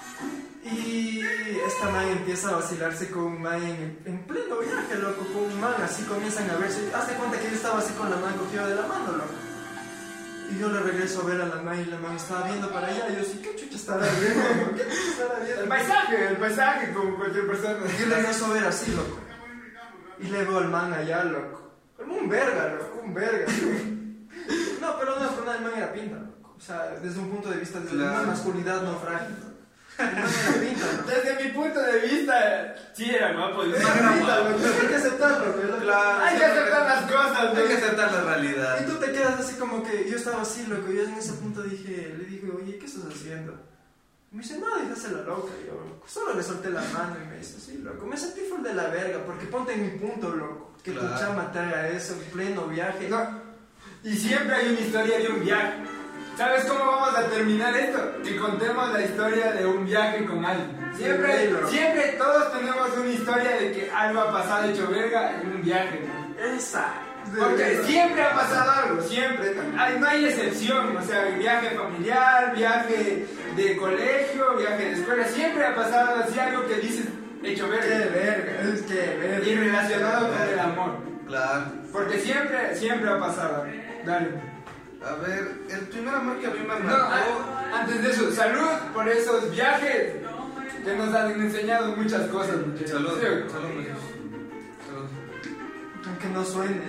Y esta man empieza a vacilarse con un man en, en pleno viaje, loco, con un man, así comienzan a verse. Hazte cuenta que yo estaba así con la man cogida de la mano, loco. Y yo le regreso a ver a la man y la man estaba viendo para allá. Y yo sí, ¿qué chucha estará viendo, loco? ¿Qué chucha estará viendo? El paisaje, el paisaje como cualquier persona. Y le regreso a ver así, loco. Y le veo al man allá, loco. Como un verga, loco, un verga. No, pero no, pero no, el man era pinta, loco. O sea, desde un punto de vista, desde Claro. una masculinidad no frágil, loco. El man era pinta, loco. Desde mi punto de vista, sí era guapo. Es pinta, loco. Hay que aceptarlo, loco. Claro. Hay que aceptar las cosas, Hay que ¿no? aceptar la Y realidad. tú te quedas así como que yo estaba así, loco. Yo en ese punto dije, le dije, oye, ¿qué estás haciendo? Y me dice, no, déjase la loca. Y yo, solo le solté la mano y me dice, sí, loco. Me sentí full de la verga, porque ponte en mi punto, loco. Que Claro. tu chama te haga eso en pleno viaje. No. Y siempre hay una historia de un viaje. ¿Sabes cómo vamos a terminar esto? Que contemos la historia de un viaje con alguien. Siempre, Sí, bro. siempre todos tenemos una historia de que algo ha pasado hecho verga en un viaje, ¿no? Esa. Porque siempre ha pasado algo, siempre. No hay, no hay excepción, o sea, viaje familiar, viaje de colegio, viaje de escuela, siempre ha pasado así algo que dices hecho Qué verga. verga, es que verga. Y relacionado con el amor. Claro. Porque siempre, siempre ha pasado. Dale. A ver, el primer amor que a mí me No, marcó. a- antes de eso, salud por esos viajes que nos han enseñado muchas cosas, muchachos. Salud, Sí, güey. salud, muchachos. Salud. Aunque no suene.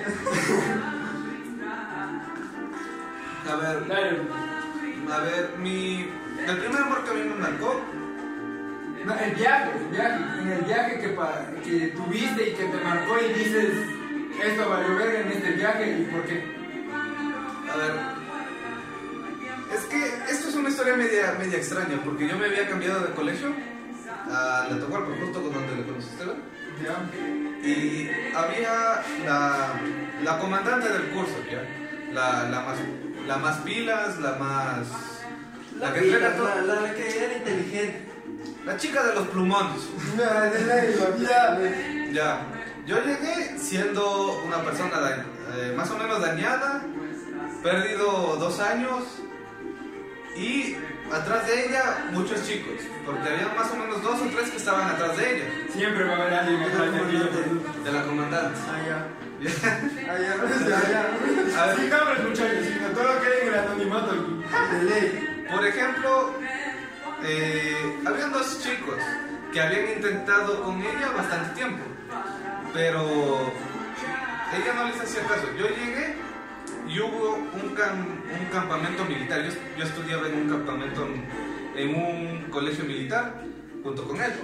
A ver, Dale. a ver, mi. El primer amor que a mí me marcó. No, el viaje, el viaje, en el viaje que, pa- que tuviste y que te marcó y dices, esto valió verga en este viaje y por qué. A ver. Es que esto es una historia media, media extraña, porque yo me había cambiado de colegio a La Tocualpa, justo con donde le conociste, ¿verdad? ¿Ya? Y había la, la comandante del curso, ¿ya? La, la, más, la más pilas, la más. La, que entrega todo. la, la que era inteligente. La chica de los plumones. Ya, de ley, ya. Ya. Yo llegué siendo una persona da- eh, más o menos dañada, perdido dos años y atrás de ella muchos chicos, porque había más o menos dos o tres que estaban atrás de ella, Siempre va a haber alguien atrás de ti. de la comandante. Ah, ya. Ah, ya, ya, ya. A ver, Así cabros, muchachos, sino todo queda en el anonimato aquí. De ley. por ejemplo, eh, habían dos chicos que habían intentado con ella bastante tiempo, pero ella no les hacía caso. Yo llegué y hubo un, cam- un campamento militar. Yo, yo estudiaba en un campamento, en, en un colegio militar, junto con él.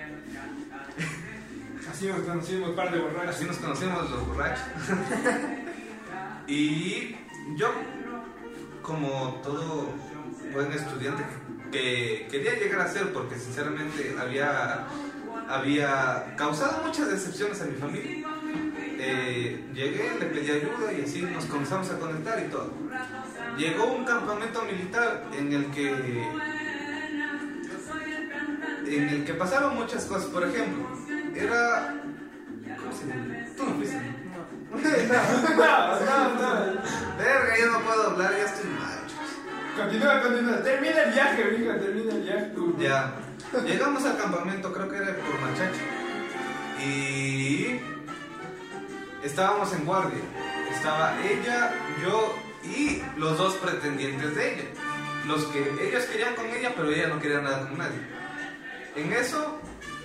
Así nos conocimos, par de borrachos. Así nos conocimos los borrachos. Y yo, como todo buen estudiante que quería llegar a ser, porque sinceramente había, había causado muchas decepciones a mi familia, eh, llegué, le pedí ayuda y así nos comenzamos a conectar y todo. Llegó un campamento militar en el que en el que pasaban muchas cosas. Por ejemplo, era... ¿Cómo se llama? Tú no fuiste, ¿no? No, no, no. Verga, yo no puedo hablar, ya estoy mal, chicos. Continúa, continúa. Termina el viaje, hija, termina el viaje. Tú. Ya. Llegamos al campamento, creo que era por Machacho. Y estábamos en guardia. Estaba ella, yo y los dos pretendientes de ella. Los que ellos querían con ella, pero ella no quería nada con nadie. En eso,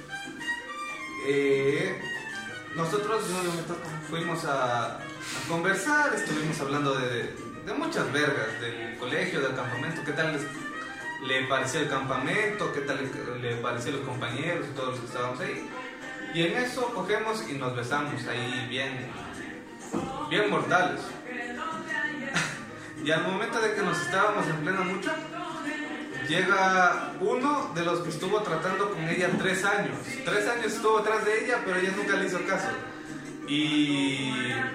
eh, nosotros fuimos a, a conversar, estuvimos hablando de, de muchas vergas, del colegio, del campamento, qué tal les, le parecía el campamento, qué tal le, le parecían los compañeros y todos los que estábamos ahí. Y en eso cogemos y nos besamos ahí bien, bien mortales. Y al momento de que nos estábamos en plena lucha, llega uno de los que estuvo tratando con ella tres años. Tres años estuvo atrás de ella, pero ella nunca le hizo caso. Y,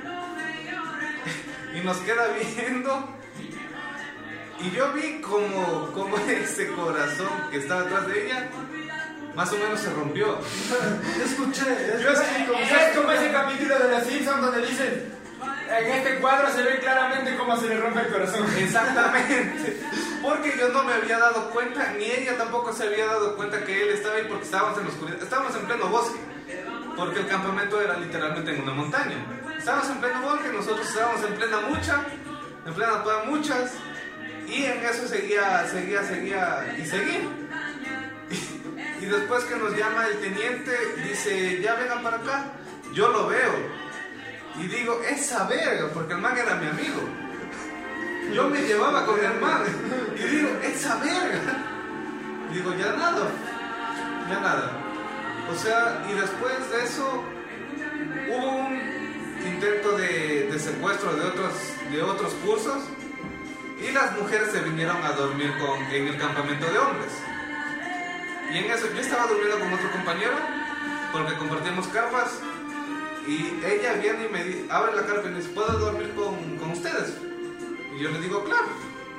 y nos queda viendo. Y yo vi como, como ese corazón que estaba atrás de ella, más o menos se rompió. Yo escuché. Yo sé, como, ¿sabes como ese capítulo de Los Simpsons donde dicen, en este cuadro se ve claramente cómo se le rompe el corazón? Exactamente. Porque yo no me había dado cuenta, ni ella tampoco se había dado cuenta que él estaba ahí, porque estábamos en la oscuridad, estábamos en pleno bosque, porque el campamento era literalmente en una montaña. Estábamos en pleno bosque, nosotros estábamos en plena mucha, en plena toda muchas, y en eso seguía, seguía, seguía y seguía. Y, y después que nos llama el teniente, dice, ya vengan para acá. Yo lo veo y digo, esa verga, porque el man era mi amigo. Yo me llevaba con el man y digo, esa verga. Digo, ya nada, ya nada. O sea, y después de eso hubo un intento de, de secuestro de otros, de otros cursos, y las mujeres se vinieron a dormir con, en el campamento de hombres. Y en eso yo estaba durmiendo con otro compañero, porque compartíamos carpas, y ella viene y me dice, abre la carpa y me dice, ¿puedo dormir con, con ustedes? Y yo le digo, claro.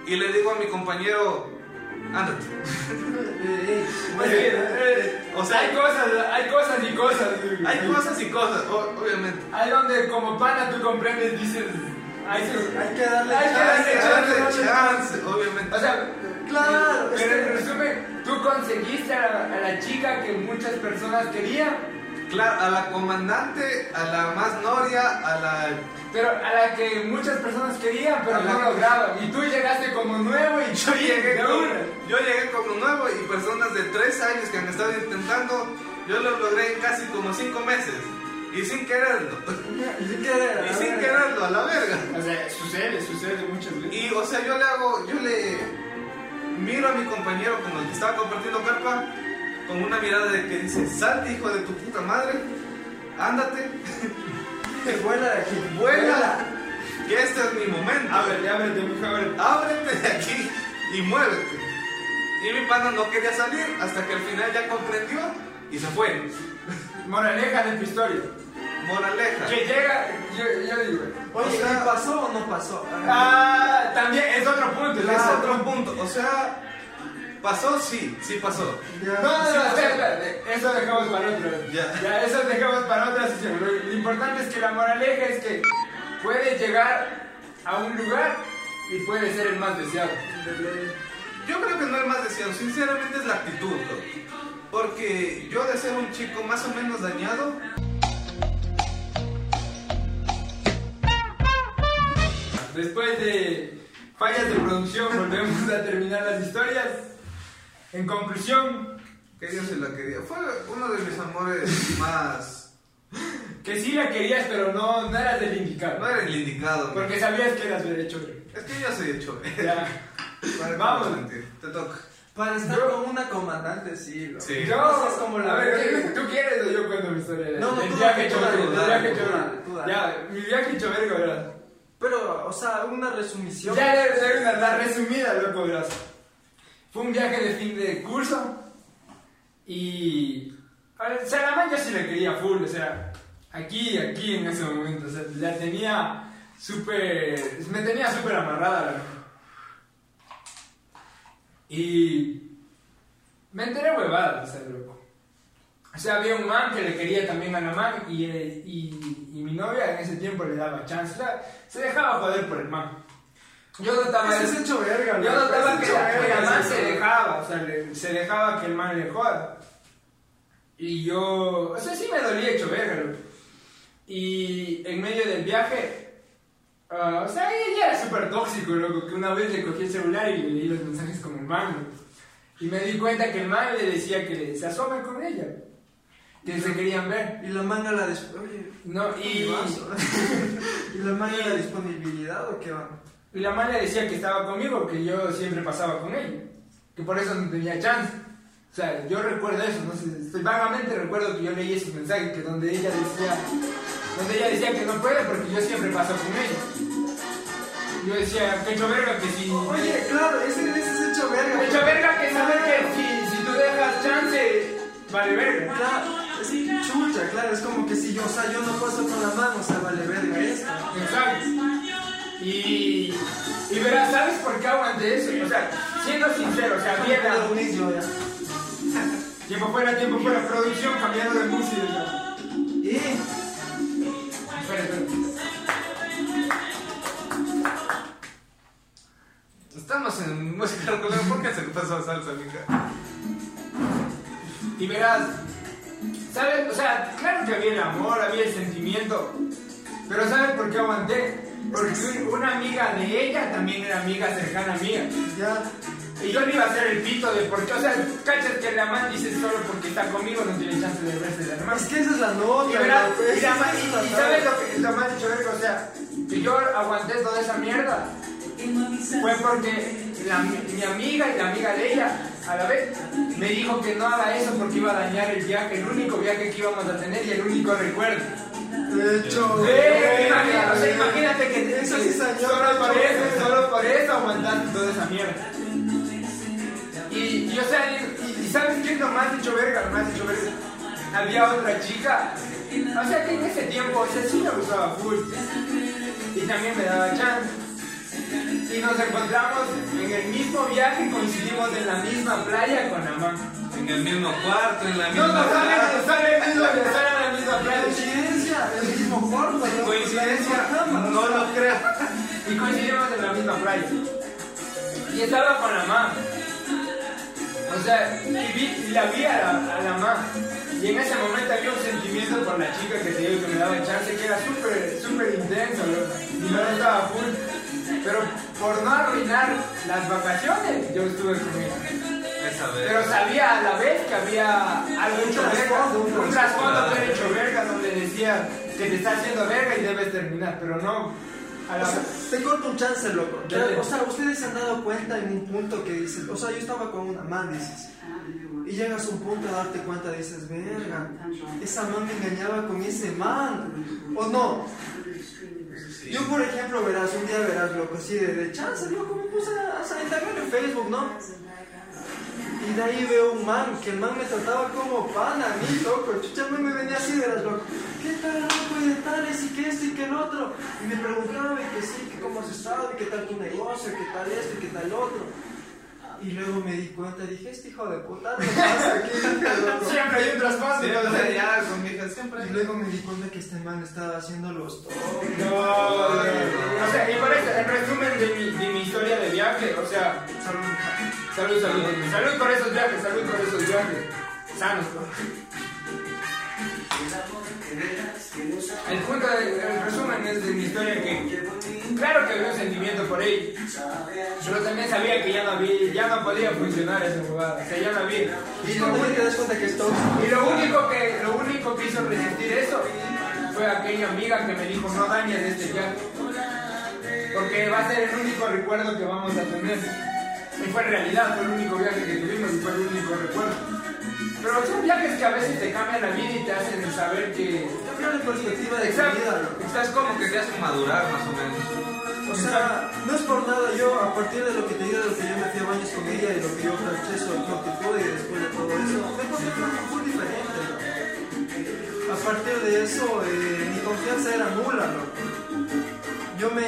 y le digo a mi compañero, ándate. Pues, eh, O sea, hay cosas, hay cosas y cosas. hay cosas y cosas, o- obviamente. Hay donde como pana tú comprendes, dices, hay, su- Hay que darle Hay que Hay chance, que chance, darle darle chance, obviamente. o sea, Claro, es pero que- en resumen, tú conseguiste a la, a la chica que muchas personas querían, Claro, a la comandante, a la más noria, a la... pero a la que muchas personas querían, pero A la no que- lograban. Y tú llegaste como nuevo y Yo llegué, de como, una. yo llegué como nuevo y personas de tres años que han estado intentando, yo lo logré en casi como cinco meses. Y sin quererlo. sin querer, Y a sin ver. quererlo, a la verga. O sea, sucede, sucede muchas veces. Y, o sea, yo le hago, yo le miro a mi compañero con el que estaba compartiendo carpa con una mirada de que dice, salte hijo de tu puta madre, ándate, Vuela de aquí. vuela, que este es mi momento. Ábrete, ábrete, mijo, ábrete. Ábrete de aquí y muévete. Y mi pana no quería salir hasta que al final ya comprendió y se fue. Moraleja de tu historia. Moraleja. Que llega, yo, yo digo. Oye, O sea- ¿y pasó o no pasó? Ah, también es otro punto. Es ¿no? otro punto. O sea, pasó, sí, sí pasó. Ya. No, no, Sí, no, pasó. espera, espera, eso dejamos para otro. Ya. eso dejamos para otra sesión. Lo, lo importante es que la moraleja es que puedes llegar a un lugar y puedes ser el más deseado. Yo creo que no es más deseado, sinceramente es la actitud, bro. Porque yo de ser un chico más o menos dañado, Después de fallas de producción, volvemos a terminar las historias. En conclusión, que Dios se la quería. Fue uno de mis amores más... que sí la querías, pero no, no eras del indicado. No era el indicado. ¿no? Porque sabías que eras derecho. Es que yo soy hecho. Ya. Para Vamos. no mentir. Te toca. Para estar Yo- con una comandante, sí. loco. Sí. Yo, Es como la a ver, verga. ¿tú, tú quieres o yo cuento mi historia? No, no, del tú viaje dale, hecho tú dale, verga, del tú viaje dale, hecho tú verga. dale, tú dale. Ya, mi viaje hecho verga, ¿verdad? Pero, o sea, una resumición. Ya le doy una, la resumida, loco, verás. Fue un viaje de fin de curso y... a ver, o sea, la man yo sí la quería full, o sea, aquí, aquí en ese momento, o sea, la tenía súper... me tenía súper amarrada, la loco. Y... me enteré huevadas, o sea, loco. O sea, había un man que le quería también a la man y, eh, y, y mi novia en ese tiempo le daba chance. O sea, se dejaba joder por el man. Yo notaba Ese eso. es hecho verga, Yo loco, notaba ese que es hecho la, que verga, la man ese se es hecho dejaba, o sea, le- se dejaba que el man le joda. Y yo, o sea, sí me dolía hecho verga, loco. Y en medio del viaje, ah, o sea, ella era súper tóxico, loco, que una vez le cogí el celular y le leí los mensajes con el man, loco. Y me di cuenta que el man le decía que se asomen con ella, que se querían ver. Y la manga la dis- Oye, No, y, ¿y ¿Y la manga la disponibilidad o qué va? y la man le decía que estaba conmigo, que yo siempre pasaba con ella, que por eso no tenía chance. O sea, yo recuerdo eso, no sé, estoy- vagamente recuerdo que yo leí esos mensajes que donde ella decía, donde ella decía que no puede porque yo siempre paso con ella. Yo decía, que hecho verga que si... Oye, claro, ese, ese es hecho verga. que hecho verga que saber que si, si tú dejas chance, vale verga. Claro, es chucha, claro, es como que si yo, o sea, yo no paso con la mano, o sea, vale verga esto. Exacto. Y, y verás, ¿sabes por qué aguanté eso? O sea, siendo sincero, o sea, bien Ya la... lo inicio ya. Tiempo fuera, tiempo fuera, producción, cambiando de música. Y Espera, espera. Estamos en música regular. ¿Por qué se le pasó a salsa, mija? Y verás, ¿sabes? O sea, claro que había el amor, había el sentimiento, pero ¿sabes por qué aguanté? Porque un- una amiga de ella también era amiga cercana mía. ya. Y yo le iba a hacer el pito de por qué, o sea, cachas que la man dice solo porque está conmigo no tiene chance de verse de la hermana. Es que esa es la nota. Y verás, loco, y, esa la ma- es y- la y nota. ¿sabes lo que lo más dicho verga? O sea, que yo aguanté toda esa mierda fue porque la- mi amiga y la amiga de ella a la vez me dijo que no haga eso porque iba a dañar el viaje, el único viaje que íbamos a tener y el único recuerdo. De hecho, Eh, verga, imagínate, o sea, verga. imagínate que Eso sí salió solo de por hecho, eso, verga. solo por eso aguantaste toda esa mierda. Y, y, o sea, y, y ¿sabes qué es lo más hecho verga? Lo más hecho verga. Había otra chica, o sea que en ese tiempo, o sea, sí me gustaba full. Y también me daba chance. Y nos encontramos mismo viaje coincidimos en la misma playa con Amán. En el mismo cuarto, en la No, misma no sale, casa. no sale el mismo, no sale en la misma playa. Coincidencia, el mismo cuarto, ¿no? Coincidencia, La misma cama, no o sea, lo creo. Y coincidimos en la misma playa. Y estaba con la mamá. O sea, y, vi, y la vi a la, a la mamá. Y en ese momento había un sentimiento por la chica que te digo que me daba chance, que era súper, súper intenso, loco. Y no estaba full. Pero por no arruinar las vacaciones, yo estuve con ella. Esa vez. Pero sabía a la vez que había algo hecho verga, trasfondo, un un trasfondo trasfondo. que era hecho verga, donde decía que te está haciendo verga y debes terminar, pero no a la O sea, te corto un chance, loco. Dale. O sea, ustedes se han dado cuenta en un punto que dices, o sea, yo estaba con una man, dices, y llegas a un punto a darte cuenta, dices, verga, esa man me engañaba con ese man, o no. Yo, por ejemplo, verás, un día verás, loco, así de, de chance, loco, me puse a, a indagar en Facebook, ¿no? Y de ahí veo un man, que el man me trataba como pana, a mí, loco. Chucha, man me venía así, verás, loco. ¿Qué tal, loco? Y de tales, y que esto, y que el otro. Y me preguntaba, y que sí, que cómo has estado, y qué tal tu negocio, qué tal esto, y qué tal otro. Y luego me di cuenta, dije, este hijo de puta, ¿qué pasa aquí? Loco. siempre hay un trasfondo. Siempre ya con mi hija, siempre. Y luego me di cuenta que este man estaba haciendo los toques. No, no, no. O sea, y por eso, en resumen de mi, de mi historia de viaje, o sea, salud, salud, salud por esos viajes, salud por esos viajes, sanos, ¿no? El punto, de, el resumen es de mi historia que, claro que había un sentimiento por ella, pero también sabía que ya no había, ya no podía funcionar esa jugada, o sea, ya no había. Y luego te das cuenta que es tóxico. Y lo único que, lo único que hizo resistir eso fue aquella amiga que me dijo, no dañes este viaje, porque va a ser el único recuerdo que vamos a tener. Y fue en realidad, fue el único viaje que tuvimos y fue el único recuerdo. Pero son viajes que a veces te cambian la vida y te hacen saber que... Cambia la perspectiva de tu Exacto. vida, loco. Es como que te hacen madurar más o menos. O sea, no es por nada, yo a partir de lo que te digo, de lo que yo me fui a baños con ella y lo que yo planché sobre el pude y después de todo eso, me encontré con algo muy diferente, ¿no? A partir de eso, eh, mi confianza era nula, loco. Yo me,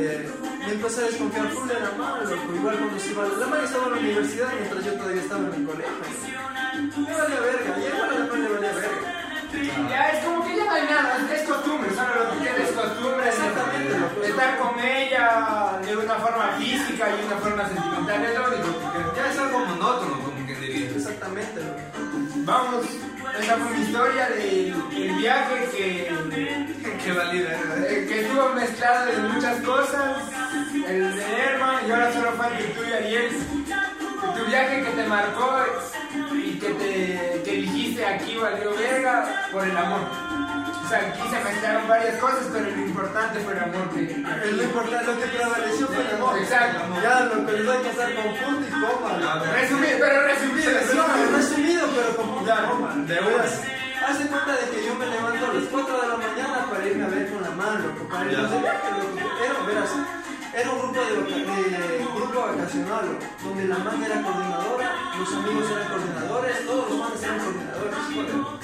me empecé a desconfiar full, era mal, loco. Igual cuando se iba, la madre estaba en la universidad mientras yo todavía estaba en el colegio. Me valía verga, y igual a la madre le valía verga. Ya es como que ya no hay nada, es costumbre, solo lo que queda es costumbre. Exactamente, loco. Estar con ella de una forma física y una forma sentimental es lo único que queda. Ya es algo monótono, como quien diría. Exactamente, loco. Vamos, esa fue mi historia del, del viaje que, Qué valida, ¿eh? eh, que estuvo mezclado de muchas cosas, el de Herman y ahora solo falta el tuyo, Ariel. Tu viaje que te marcó y que te que dijiste aquí valió verga por el amor. O sea, aquí se mezclaron varias cosas, pero lo importante fue el amor que... Lo importante, lo que prevaleció fue el amor. Exacto. Ya, lo que les va a pasar con punto y coma. No, loco. Resumido, pero resumido. No, resumido, pero con punto y coma. de Verás, haz de cuenta de que yo me levanto a las cuatro de la mañana para irme a ver con la mano, loco, para irnos de viaje, loco. Era, verás, era un grupo de, de grupo vacacional, loco, donde la man era coordinadora, los amigos eran coordinadores, todos los manes eran coordinadores. Joder.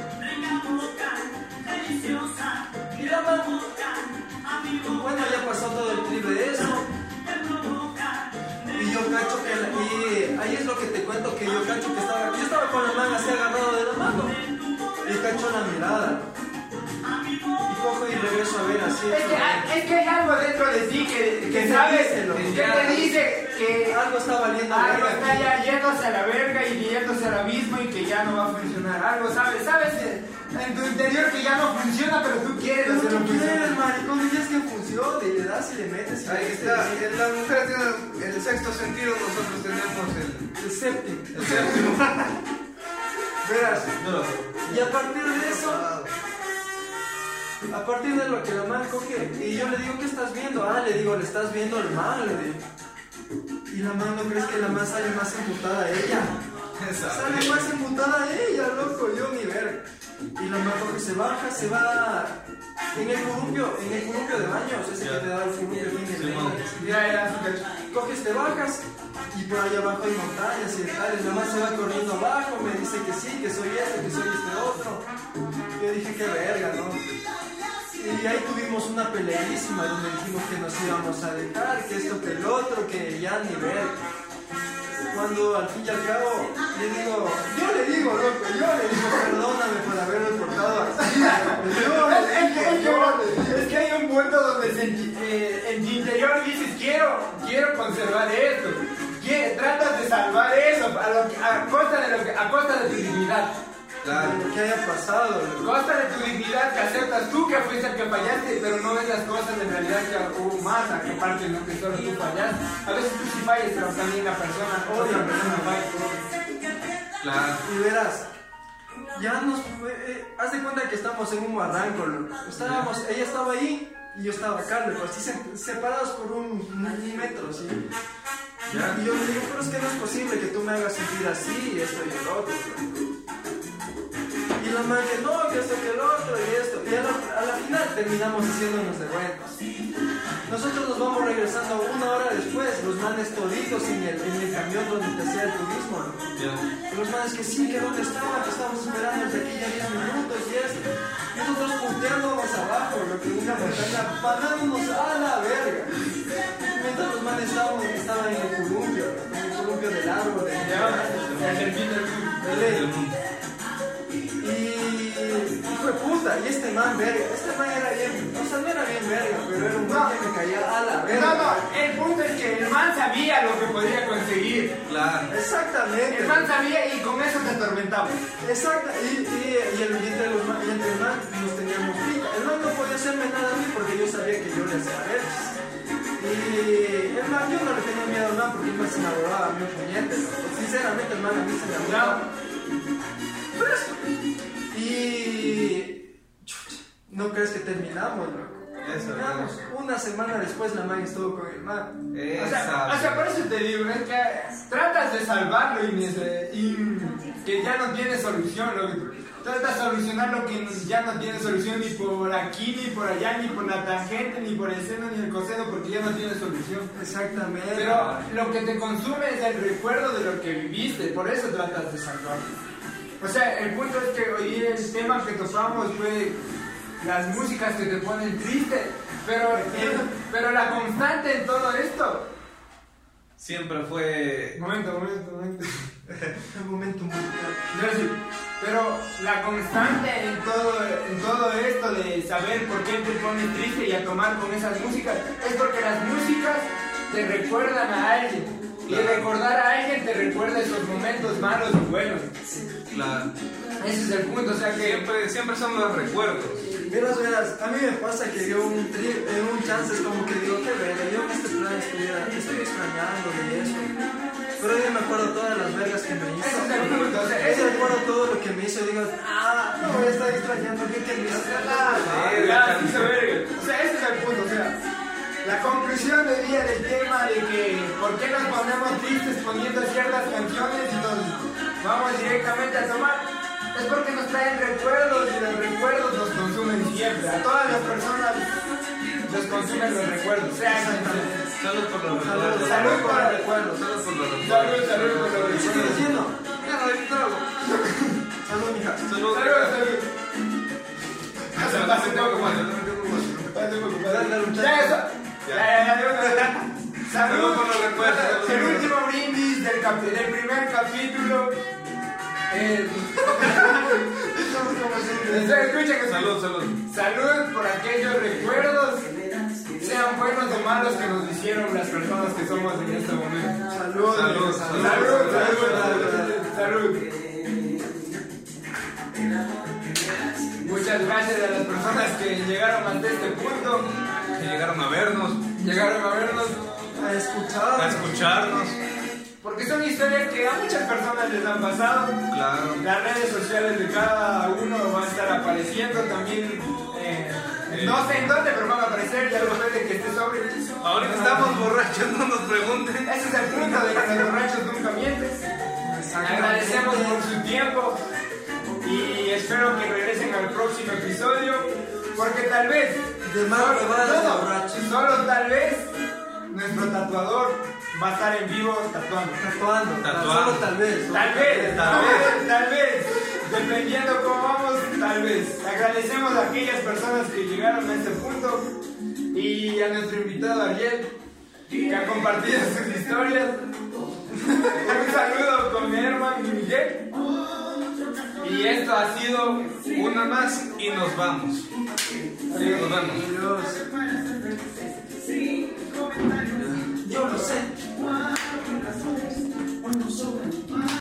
Y la man, bueno, ya pasó todo el trip de eso. Y yo cacho que, la, y ahí es lo que te cuento, que yo cacho que estaba, yo estaba con la mano así agarrado de la mano. Y cacho la mirada. Y cojo y regreso a ver así. Es que, hay- es que hay algo dentro de ti que, que Que sabes, te dice, loco. que te dice que Algo está valiendo algo verga está aquí. ya yéndose a la verga y yéndose al abismo y que ya no va a funcionar. Algo sabes, sabes eh, en tu interior que ya no funciona, pero tú quieres Pero hacerlo tú quieres, funcionar. maricón, y es que funcione, y le das y le metes. Y Ahí le está. metes. La mujer tiene el sexto sentido, nosotros tenemos el, El séptimo. el séptimo. Verás. No. Y a partir de eso, a partir de lo que la man coge, y yo le digo, ¿qué estás viendo? Ah, le digo, le estás viendo el mal, le digo. Y la man, ¿no crees que la man sale más emputada a ella? Sale más emputada a ella, loco, yo ni ver. Y la man coge, se baja, se va en el columpio, en el columpio de baños, ese que te da el columpio aquí en el medio. Ya, ya, sí, Coges, te bajas y por allá abajo hay montañas y tales. La man se va corriendo abajo, me dice que sí, que soy esto, que soy este otro. Yo dije, qué verga, ¿no? Y ahí tuvimos una peleísima donde dijimos que nos íbamos a dejar, que esto, que el otro, que ya ni ver. cuando al fin y al cabo le digo, yo le digo, loco, yo le digo, perdóname por haberme portado así. Yo le Es que, digo, yo le digo. es que hay un punto donde se, eh, en tu interior dices, quiero, quiero conservar esto. Quiere- tratas de salvar eso a, lo que- a, costa de lo que, a costa de tu dignidad. Claro. Lo que haya pasado, loco. Costa de tu dignidad que aceptas tú que fuiste el que fallaste, pero no ves las cosas en realidad que hubo más, a que parte no que solo tú fallaste. A veces tú sí fallas, pero también la persona, otra persona falla. Claro. Y verás, ya nos. Eh, haz de cuenta que estamos en un barranco, loco. Estábamos, ella estaba ahí y yo estaba acá, loco, así se- separados por un, un metro, ¿sí? Ya. Y yo le digo, pero es que no es posible que tú me hagas sentir así, esto y el otro. Y la madre que no, que esto, que el otro y esto. Y a la, a la final terminamos haciéndonos de buenos. Nosotros nos vamos regresando una hora después, los manes toditos en el, en el camión donde te hacía el turismo, ¿no? Ya. Los manes que sí, que dónde estaban, que estábamos esperando desde aquí ya diez minutos y esto. Nosotros punteándonos abajo, lo que una montaña, parándonos a la verga. Mientras los manes estaban, estaban en el columpio, ¿no? En el columpio del árbol. de- El del fin del mundo. Del mundo. Y, y fue puta, y este man verga, este man era bien, o sea, no era bien verga, pero era un man que me caía a la verga. No, no, el punto es que el man sabía lo que podía conseguir. Claro. Exactamente. El man sabía y con eso te atormentaba. Exacto, y, y, y el billete de los man, y entre el man nos teníamos pica. El man no podía hacerme nada a mí porque yo sabía que yo le hacía a él. Y el man, yo no le tenía miedo al man porque el man se me adoraba a mí un puñete, ¿no? Sinceramente el man a mí se me adoraba. Pero eso. Y chucha, no crees que terminamos, loco. Eso, Terminamos. eso. Una semana después la man estuvo con el man. O sea, Esa. o sea, por eso te digo, es que tratas de salvarlo y, y que ya no tiene solución. Lo, tratas de solucionar lo que ya no tiene solución ni por aquí, ni por allá, ni por la tangente, ni por el seno, ni el coseno, porque ya no tiene solución. Exactamente. Pero lo que te consume es el recuerdo de lo que viviste, por eso tratas de salvarlo. O sea, el punto es que hoy día el tema que tocamos fue las músicas que te ponen triste, pero, el- pero la constante en todo esto. Siempre fue. Momento, momento, momento. El momento musical. Yo decir, pero la constante en todo, en todo esto de saber por qué te pones triste y a tomar con esas músicas es porque las músicas te recuerdan a alguien. Y Claro. recordar a alguien te recuerda esos momentos malos y buenos. Claro. Ese es el punto, o sea que Siempre, siempre son los recuerdos. Verás, verás, a mí me pasa que yo un, tri- en un chance es como que digo, qué verga, yo en este plan estuviera, estoy extrañando de eso. Pero yo me acuerdo todas las vergas que me hizo. ese es el punto, o sea, Yo ese recuerdo todo lo que me hizo y digo, ah, no voy a estar extrañando que que me hizo nada. Ya, sí se verga. O sea, ese es el punto, o sea, la conclusión del día del tema de que por qué nos ponemos tristes poniendo ciertas canciones y nos vamos directamente a tomar, es porque nos traen recuerdos y los recuerdos nos consumen siempre. A todas las personas nos consumen los recuerdos, sea quien sea. Salud por los Salud, recuerdos. salud por el recuerdo. Salud por los recuerdos. Salud, salud por los ¿Qué sigue recuerdos. diciendo? Ya no hay trago. Salud, mija. Salud. Salud, salud. Pase, pase, tengo que más, tengo que más. Pase, poco, pase. Dale, dale, muchacho. Ya, eso. Ya, ya, ya, ya, ya. Salud Salud por los recuerdos. El último brindis del, capi- del primer capítulo. Eh, escucha que Salud, salud. Salud por aquellos recuerdos, sean buenos o malos, que nos hicieron las personas que somos en este momento. Salud, Salud, salud, Salud, salud, salud. salud. Muchas gracias a las personas que llegaron hasta este punto, Que llegaron a vernos, llegaron a vernos, A escuchar. a escucharnos. porque son historias que a muchas personas les han pasado. Claro. Las redes sociales de cada uno van a estar apareciendo también. eh, Sí. No sé en dónde, pero van a aparecer ya después de que esté sobre. Ahorita estamos borrachos, no nos pregunten. Ese es el punto de que los borrachos nunca mienten. Agradecemos por su tiempo y espero que regresen al próximo episodio, porque tal vez, De más solo, huevadas de no, borrachos. solo tal vez, nuestro tatuador va a estar en vivo tatuando. Tatuando. Tatuando. Solo tal vez. ¿no? Tal vez, Tal tal vez, tal vez, dependiendo cómo vamos, tal vez. Agradecemos a aquellas personas que llegaron a este punto y a nuestro invitado Ariel. que ha compartido sus historias. Un saludo con mi hermano Miguel. Y esto ha sido Una más y nos vamos. Nos vemos. Adiós.